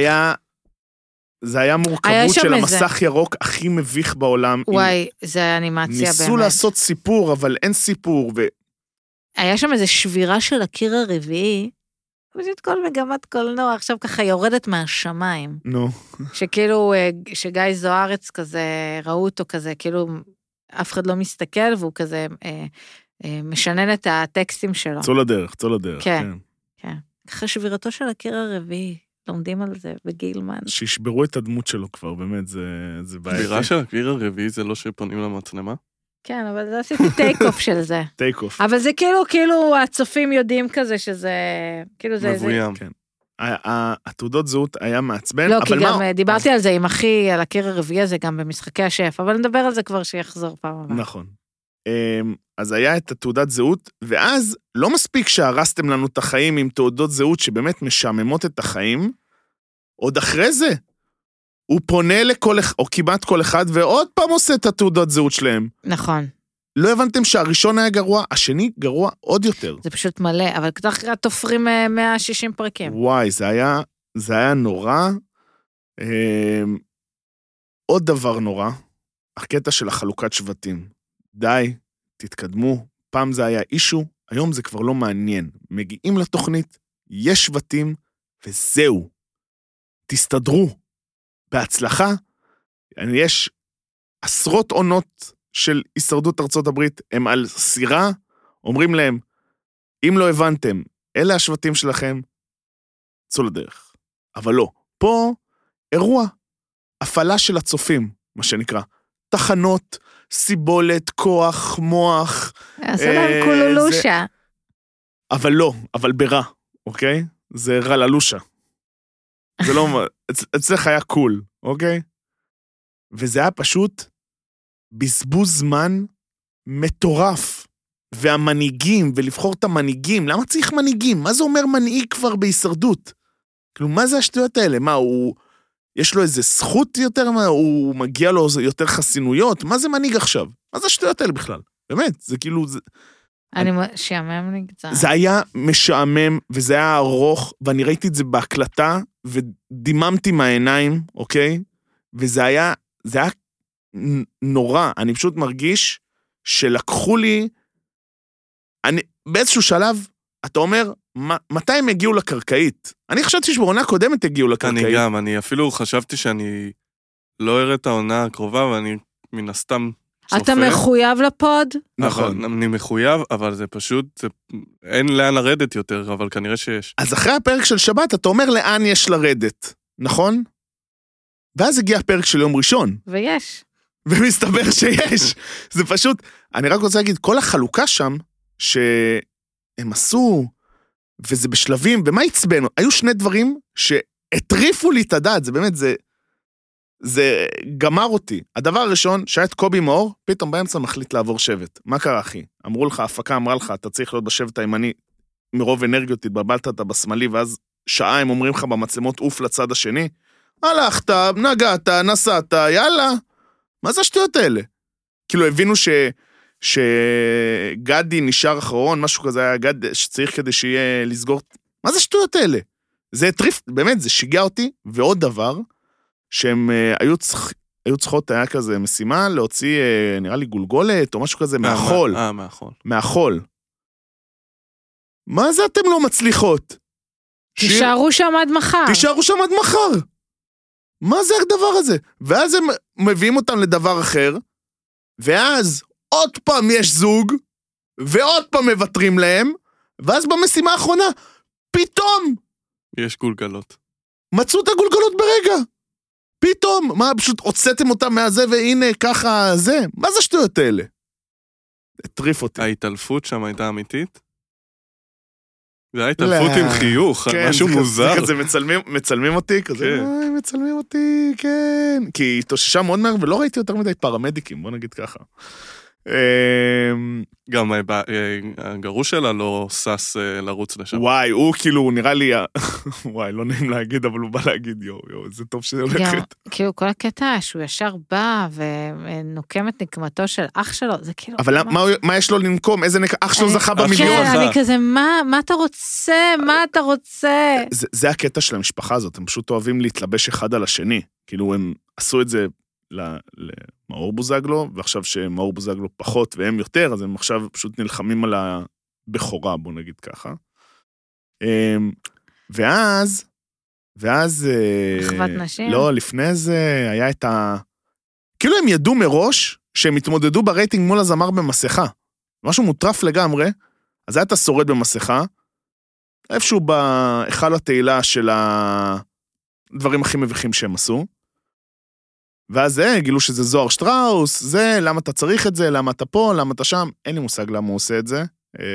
זה היה מורכבות של המסך ירוק הכי מביך בעולם. וואי, זה היה אנימציה באמת. ניסו לעשות סיפור, אבל אין סיפור. היה שם איזו שבירה של הקיר הרביעי, פשוט כל מגמת קולנוע עכשיו ככה יורדת מהשמיים. נו. שכאילו, שגיא זוארץ כזה, ראו אותו כזה, כאילו, אף אחד לא מסתכל, והוא כזה משנן את הטקסטים שלו. צאו לדרך. כן. ככה שבירתו של הקיר הרביעי, לומדים על זה בגילמן. שישברו את הדמות שלו כבר, באמת, זה בעיה. שבירה של הקיר הרביעי זה לא שפונים למצלמה? כן, אבל זה עשיתי טייק-אוף של זה. טייק-אוף. אבל זה כאילו הצופים יודעים כזה שזה, כאילו זה... מבוים. כן. התעודות זהות היה מעצבן, לא, כי גם דיברתי על זה עם אחי, על הקיר הרביעי הזה, גם במשחקי השף, אבל נדבר על זה כבר שיחזור פעם הבאה. נכון. אז היה את התעודת זהות, ואז לא מספיק שהרסתם לנו את החיים עם תעודות זהות שבאמת משעממות את החיים, עוד אחרי זה, הוא פונה לכל, או כמעט כל אחד, ועוד פעם עושה את התעודת זהות שלהם. נכון. לא הבנתם שהראשון היה גרוע, השני גרוע עוד יותר. זה פשוט מלא, אבל ככה תופרים 160 פרקים. וואי, זה היה נורא. עוד דבר נורא, הקטע של החלוקת שבטים. די, תתקדמו, פעם זה היה אישו, היום זה כבר לא מעניין. מגיעים לתוכנית, יש שבטים, וזהו. תסתדרו. בהצלחה, יש עשרות עונות של הישרדות ארצות הברית, הם על סירה, אומרים להם, אם לא הבנתם, אלה השבטים שלכם, צאו לדרך. אבל לא, פה אירוע, הפעלה של הצופים, מה שנקרא, תחנות, סיבולת, כוח, מוח. עשו להם קולולושה. אבל לא, אבל ברע, אוקיי? זה רללושה. זה לא, אצלך היה קול, אוקיי? וזה היה פשוט בזבוז זמן מטורף. והמנהיגים, ולבחור את המנהיגים, למה צריך מנהיגים? מה זה אומר מנהיג כבר בהישרדות? כאילו, מה זה השטויות האלה? מה, יש לו איזה זכות יותר? הוא מגיע לו יותר חסינויות? מה זה מנהיג עכשיו? מה זה השטויות האלה בכלל? באמת, זה כאילו... אני משעמם לי קצת. זה היה משעמם, וזה היה ארוך, ואני ראיתי את זה בהקלטה, ודיממתי מהעיניים, אוקיי? וזה היה נורא. אני פשוט מרגיש שלקחו לי, באיזשהו שלב, אתה אומר, מתי הם הגיעו לקרקעית? אני חשבתי שבעונה קודמת הגיעו לקרקעית. אני אפילו חשבתי שאני לא אראה את העונה הקרובה, ואני מן הסתם צופה. אתה מחויב לפוד? נכון. אני מחויב, אבל זה פשוט, אין לאן לרדת יותר, אבל כנראה שיש. אז אחרי הפרק של שבת, אתה אומר לאן יש לרדת, נכון? ואז הגיע הפרק של יום ראשון. ויש. ומסתבר שיש. זה פשוט, אני רק רוצה להגיד, כל החלוקה שם, שהם עשו, וזה בשלבים, ומה הצבנו? היו שני דברים שהטריפו לי את הדעת, זה באמת, זה גמר אותי. הדבר הראשון, שהיה את קובי מאור, פתאום באמצע מחליט לעבור שבט. מה קרה, אחי? אמרו לך, הפקה אמרה לך, אתה צריך להיות בשבט הימני, מרוב אנרגיות, תתבלבלת אתה בשמאלי, ואז שעה הם אומרים לך במצלמות, אוף לצד השני. הלכת, נגעת, נסעת, יאללה. מה זה השטויות האלה? כאילו, הבינו שגדי נשאר אחרון, משהו כזה היה גד שצריך כדי שיהיה לסגור. מה זה השטויות האלה? זה הטריף, באמת, זה שיגע אותי. ועוד דבר, שהם היו צריכות, היה כזה משימה, להוציא, נראה לי גולגולת, או משהו כזה, מהחול. מהחול. מה זה אתם לא מצליחות? תישארו שם עד מחר. תישארו שם עד מחר. מה זה הדבר הזה? ואז הם מביאים אותם לדבר אחר, ואז עוד פעם יש זוג, ועוד פעם מבטרים להם, ואז במשימה האחרונה, פתאום יש גולגלות. מצאו את הגולגלות ברגע. פתאום, מה, פשוט הוצאתם אותם מהזה, והנה, ככה, זה, מה זה שטויות האלה? הטריף אותי. ההתעלפות שם הייתה אמיתית? זה היה התעלפות עם חיוך, משהו מוזר. כזה מצלמים אותי, כזה, מצלמים אותי, כן. כי היא התאוששה מאוד מהר, ולא ראיתי יותר מדי פרמדיקים, בוא נגיד ככה. גם הגרוש שלה לא סס לרוץ לשם. וואי, הוא כאילו נראה לי, וואי, לא נעים להגיד, אבל הוא בא להגיד, יו, זה טוב שזה הולכת. כאילו כל הקטע שהוא ישר בא ונוקם את נקמתו של אח שלו, זה כאילו... אבל מה יש לו לנקום? איזה אח שלו זכה במיליון? כן, אני כזה, מה אתה רוצה? מה אתה רוצה? זה הקטע של המשפחה הזאת, הם פשוט אוהבים להתלבש אחד על השני. כאילו הם עשו את זה למאור בוזגלו, ועכשיו שמאור בוזגלו פחות והם יותר, אז הם עכשיו פשוט נלחמים על הבכורה, בוא נגיד ככה. ואז... אחוות נשים? לא, לפני זה היה את כאילו הם ידעו מראש שהם התמודדו ברייטינג מול הזמר במסכה. משהו מוטרף לגמרי, אז היה את השורד במסכה, איפשהו בהיכל התהילה של הדברים הכי מביכים שהם עשו, ואז גילו שזה זוהר שטראוס, זה, למה אתה צריך את זה, למה אתה פה, למה אתה שם, אין לי מושג למה הוא עושה את זה.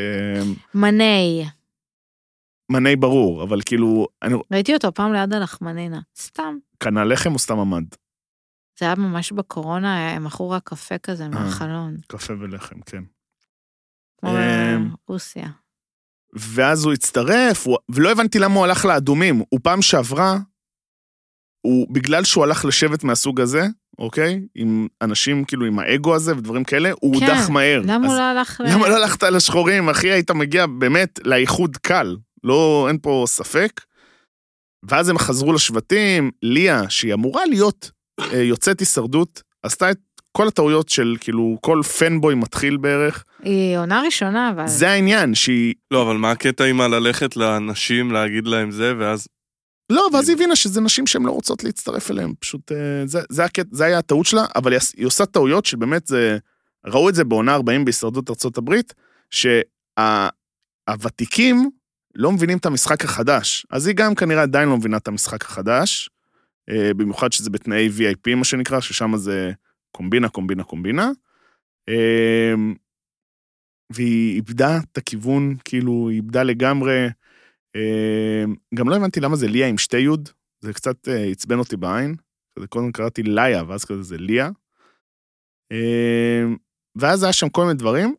מני ברור, אבל כאילו... ראיתי אותו פעם ליד הלחמנינה, סתם. קנה לחם או סתם עמד? זה היה ממש בקורונה, הם מכרו רק קפה כזה מהחלון. קפה ולחם, כן. כמו רוסיה. ואז הוא הצטרף, ולא הבנתי למה הוא הלך לאדומים, הוא פעם שעברה, בגלל שהוא הלך לשבת מהסוג הזה, אוקיי? עם אנשים כאילו עם האגו הזה ודברים כאלה, הוא הודח מהר. למה הוא לא הלך למה לא הלכת לשחורים? אחי, היית מגיע באמת לאיחוד קל. לא, אין פה ספק. ואז הם חזרו לשבטים, ליה, שהיא אמורה להיות יוצאת הישרדות, עשתה את כל הטעויות של כאילו כל פנבוי מתחיל בערך. היא עונה ראשונה, אבל... זה העניין, שהיא... לא, אבל מה הקטע עם ללכת לאנשים, להגיד להם זה, ואז... לא, ואז היא הבינה שזה נשים שהן לא רוצות להצטרף אליהם, פשוט זה היה הטעות שלה, אבל היא עושה טעויות שבאמת ראו את זה בעונה 40 בהישרדות ארצות הברית, שהוותיקים לא מבינים את המשחק החדש, אז היא גם כנראה עדיין לא מבינה את המשחק החדש, במיוחד שזה בתנאי VIP מה שנקרא, ששם זה קומבינה, והיא איבדה את הכיוון, כאילו היא איבדה לגמרי, גם לא הבנתי למה זה ליה עם שתי יוד, זה קצת עצבן אותי בעין, קודם קראתי ליה, ואז כזה זה ליה, ואז היה שם כל מיני דברים,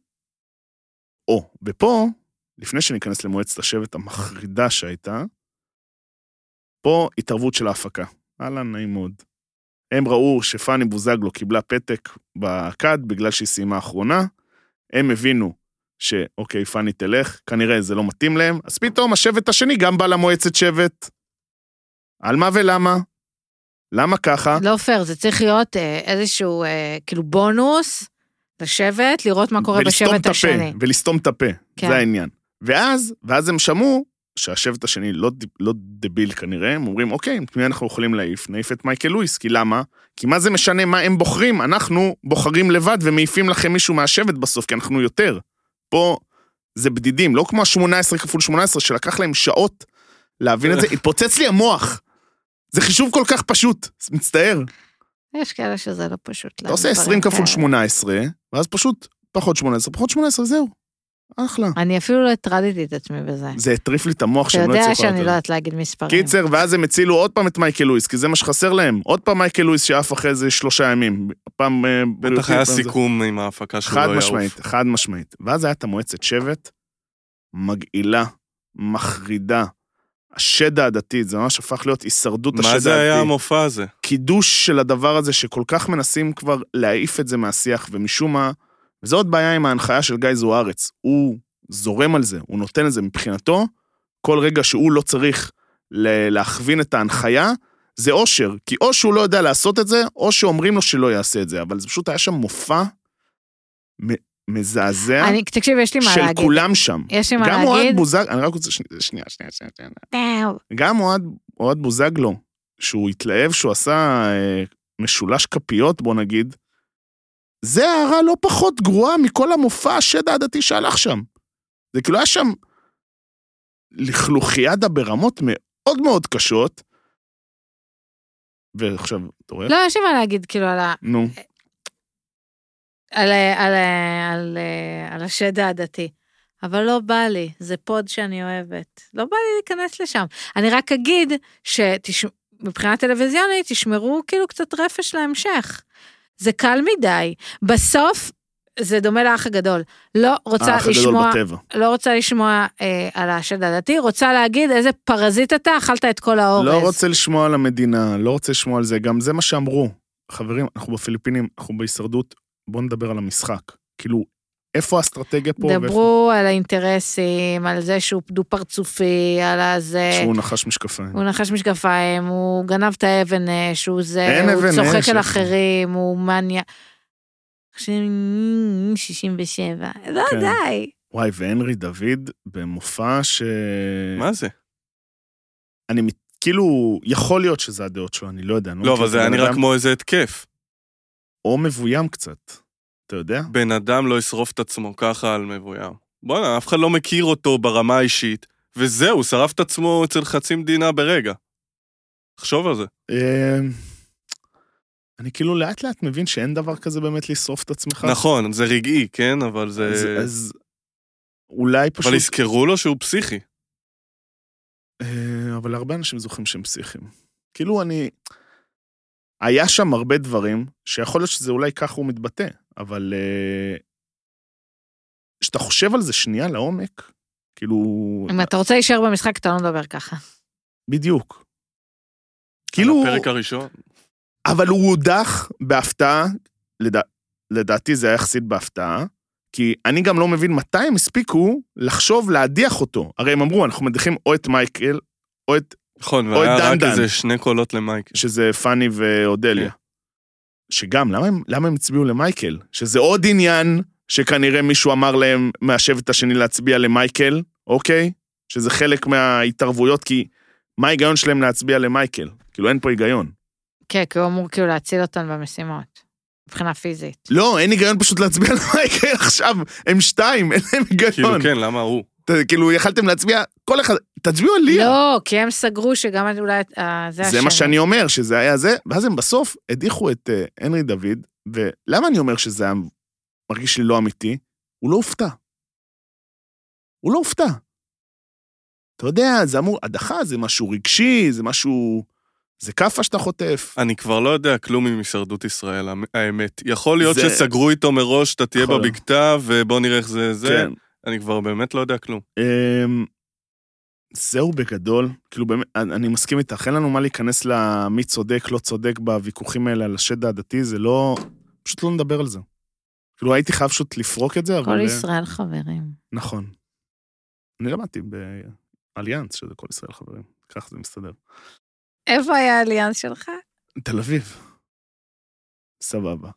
ופה, לפני שניכנס למועצת השבט המחרידה שהייתה, פה התערבות של ההפקה, נעים מאוד. הם ראו שפני בוזגלו קיבלה פתק בקד, בגלל שהיא סיימה האחרונה, הם הבינו שאוקיי, פני תלך, כנראה זה לא מתאים להם, אז פתאום השבט השני גם בא למועצת שבט. על מה ולמה? למה ככה? לא פייר, זה צריך להיות איזשהו כאילו בונוס לשבט, לראות מה קורה בשבט השני. ולסתום את הפה, כן. זה העניין. ואז הם שמעו שהשבט השני לא דביל כנראה, הם אומרים, אוקיי, מי אנחנו יכולים נעיף את מייקל לואיס, כי למה? כי מה זה משנה מה הם בוחרים? אנחנו בוחרים לבד ומעיפים לכם מישהו מהשבט בסוף, כי אנחנו יותר. פה זה בדידים, לא כמו 18 כפול 18, שלקח להם שעות להבין את זה, התפוצץ לי המוח. זה חישוב כל כך פשוט, מצטער. יש כאלה שזה לא פשוט. אתה עושה 20 כפול 18, ואז פשוט פחות 18, זהו. אחלה. אני אפילו לא הטרדתי את עצמי בזה. זה הטריף לי את המוח שהם לא הצליחו. אתה יודע שאני לא יודעת להגיד מספרים. קיצר, ואז הם הצילו עוד פעם את מייקל לואיס, כי זה מה שחסר להם. עוד פעם מייקל לואיס שאף אחרי זה 3 ימים. בטח היה סיכום עם ההפקה שלו. חד משמעית. ואז היה את המועצת שבט, מגעילה, מחרידה, השד העדתית, זה ממש הפך להיות הישרדות השד העדתי. מה זה היה המופע הזה? קידוש של הדבר הזה, שכל כך מנסים כבר להעיף את זה מהשיח, ומשום מה, וזו עוד בעיה עם ההנחיה של גיא זוארץ, הוא זורם על זה, הוא נותן את זה מבחינתו, כל רגע שהוא לא צריך להכווין את ההנחיה, זה אושר, כי או שהוא לא יודע לעשות את זה, או שאומרים לו שלא יעשה את זה, אבל זה פשוט היה שם מופע מזעזע, תקשיב, יש לי מה להגיד. של כולם שם. יש לי מה להגיד. גם אוהד בוזגלו, אני רק רוצה, שנייה. גם אוהד בוזגלו, שהוא התלהב, שהוא עשה משולש כפיות, בוא נגיד, זה הערה לא פחות גרועה מכל המופע השד העדתי שהלך שם. זה כאילו היה שם לכלוכיאדה ברמות מאוד מאוד קשות, ועכשיו, אתה רואה? לא, יש לי מה להגיד, כאילו, על ה... נו. על השד העדתי. אבל לא בא לי, זה פוד שאני אוהבת. לא בא לי להיכנס לשם. אני רק אגיד שמבחינת טלוויזיונית, תשמרו כאילו קצת רפש להמשך. זה קל מדי. בסוף, זה דומה לאח הגדול. לא רוצה לשמוע על השד העדתי, רוצה להגיד איזה פרזית אתה, אכלת את כל האורז. לא רוצה לשמוע על המדינה, לא רוצה לשמוע על זה, גם זה מה שאמרו. חברים, אנחנו בפיליפינים, אנחנו בהישרדות, בואו נדבר על המשחק. כאילו, איפה האסטרטגיה פה? דברו על האינטרסים, על זה שהוא דו פרצופי, על הזה... שהוא נחש משקפיים. הוא נחש משקפיים, הוא גנב את האבן אש, הוא צוחק על אחרים, הוא מניה... 67, לא די. וואי, והנרי דוד במופע ש... מה זה? אני כאילו, יכול להיות שזה הדעות שלו, אני לא יודע. לא, אבל זה היה נראה כמו איזה התקף. או מבוים קצת, אתה יודע? בן אדם לא ישרוף את עצמו ככה על מבוים. בוא'נה, אף אחד לא מכיר אותו ברמה האישית, וזהו, שרף את עצמו אצל חצי מדינה ברגע. חשוב על זה. אני כאילו לאט לאט מבין שאין דבר כזה באמת לשרוף את עצמך. נכון, זה רגעי, כן? אבל זה... אז אולי פשוט... אבל יזכרו לו שהוא פסיכי. אבל הרבה אנשים זוכרים שהם פסיכיים. כאילו היה שם הרבה דברים, שיכול להיות שזה אולי ככה הוא מתבטא, אבל שאתה חושב על זה שנייה לעומק, כאילו... אם אתה רוצה להישאר במשחק, אתה לא מדבר ככה. בדיוק. כאילו... הפרק הראשון. אבל הוא הודח בהפתעה, לדעתי זה היה יחסית בהפתעה, כי אני גם לא מבין מתי הם הספיקו לחשוב להדיח אותו. הרי הם אמרו, אנחנו מדיחים או את מייקל, או את נכון, והיה רק איזה 2 קולות למייקל. שזה פני ואודליה. שגם, למה הם הצביעו למייקל? שזה עוד עניין שכנראה מישהו אמר להם מהשבט השני להצביע למייקל, אוקיי? שזה חלק מההתערבויות, כי מה ההיגיון שלהם להצביע למייקל? כאילו אין פה היגיון. כן, כי הוא אמור כאילו להציל אותן במשימות, מבחינה פיזית. לא, אין היגיון פשוט להצביע למייקל עכשיו, הם 2, אין להם היגיון. כאילו כן, למה הוא? כאילו יכלתם להצביע, כל אחד, תצביעו על ליה. לא, כי הם סגרו שגם אולי זה השני. זה מה שאני אומר, שזה היה זה, ואז הם בסוף הדיחו את הנרי דוד, ולמה אני אומר שזה היה מרגיש לי לא אמיתי? הוא לא הופתע. הוא לא הופתע. אתה יודע, זה אמור, הדחה זה משהו רגשי, זה משהו... זה קפה שאתה חוטף. אני כבר לא יודע כלום עם הישרדות ישראל, האמת. יכול להיות שסגרו איתו מראש, אתה תהיה בבקתה, ובוא נראה איך זה. כן. אני כבר באמת לא יודע כלום. זהו בגדול, כאילו באמת, אני מסכים איתך, אין לנו מה להיכנס למי צודק, לא צודק בוויכוחים האלה על השד העדתי, זה לא, פשוט לא נדבר על זה. כאילו הייתי חייב פשוט לפרוק את זה, אבל... כל ישראל חברים. נכון. אני למדתי באליאנס, שזה כל ישראל חברים. כך זה מסתדר. איפה היה האליאנס שלך? תל אביב. סבבה.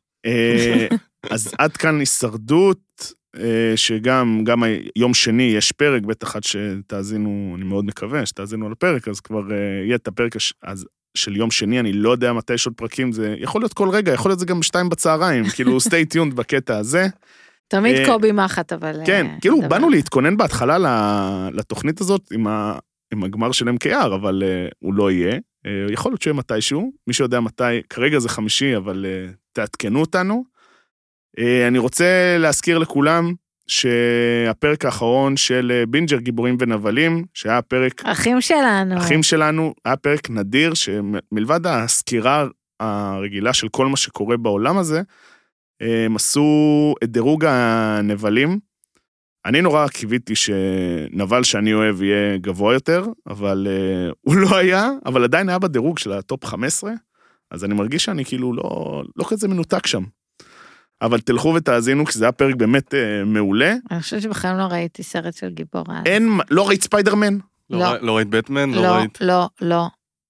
אז עד כאן הישרדות, שגם יום שני יש פרק, בטח עד שתאזינו, אני מאוד מקווה שתאזינו על הפרק, אז כבר יהיה את הפרק של יום שני, אני לא יודע מתי יש עוד פרקים, זה יכול להיות כל רגע, יכול להיות זה גם 2 בצהריים, כאילו stay tuned בקטע הזה. תמיד קובי מחט, אבל... כן, כאילו באנו להתכונן בהתחלה לתוכנית הזאת עם הגמר של MKR, אבל הוא לא יהיה. יכול להיות שיהיה מתישהו, מי שיודע מתי, כרגע זה 5, אבל תעדכנו אותנו. אני רוצה להזכיר לכולם שהפרק האחרון של בינג'ר גיבורים ונבלים, שהיה פרק... אחים שלנו, היה פרק נדיר, שמלבד הסקירה הרגילה של כל מה שקורה בעולם הזה, הם עשו את דירוג הנבלים. אני נורא קיוויתי שנבל שאני אוהב יהיה גבוה יותר, אבל הוא לא היה, אבל עדיין היה בדירוג של הטופ 15, אז אני מרגיש שאני כאילו לא כזה מנותק שם. אבל תלכו ותאזינו, כי זה היה פרק באמת מעולה. אני חושבת שבכלל לא ראיתי סרט של גיבור על. לא ראית ספיידרמן? לא ראית בטמן? לא.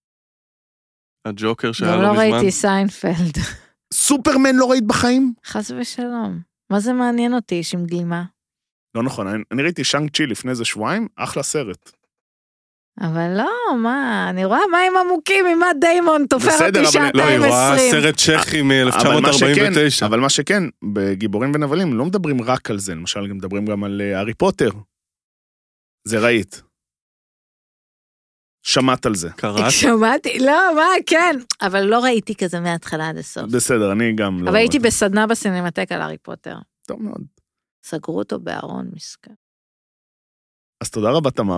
הג'וקר שהיה לו בזמן? לא ראיתי סיינפלד. סופרמן לא ראית בחיים? חס ושלום. מה זה מעניין אותי, איש עם גלימה? לא נכון, אני ראיתי שאנג צ'י לפני איזה שבועיים, אחלה סרט. אבל לא, מה, אני רואה מים עמוקים עם מה דיימון תופר אותי שעתיים 20. לא, היא רואה סרט צ'כי מ-1949. אבל מה שכן, בגיבורים ונבלים לא מדברים רק על זה, למשל מדברים גם על הארי פוטר. זה ראית. שמעת על זה. קראת? שמעתי, לא, מה, כן. אבל לא ראיתי כזה מההתחלה עד הסוף. בסדר, אני גם לא... אבל הייתי בסדנה בסינמטק על הארי פוטר. טוב מאוד. סגרו אותו בארון מסכן. אז תודה רבה, תמר.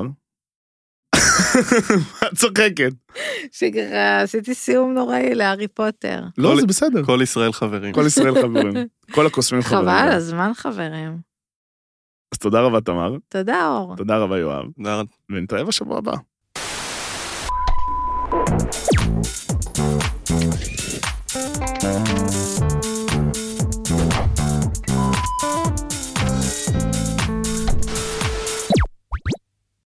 מה צוחקת? שככה עשיתי סיום נוראי להארי פוטר. לא, זה בסדר. כל ישראל חברים. כל ישראל חברים. כל הקוסמים חברים. חבל, הזמן חברים. אז תודה רבה, תמר. תודה, אור. תודה רבה, יואב. תודה. ונתראה בשבוע הבא.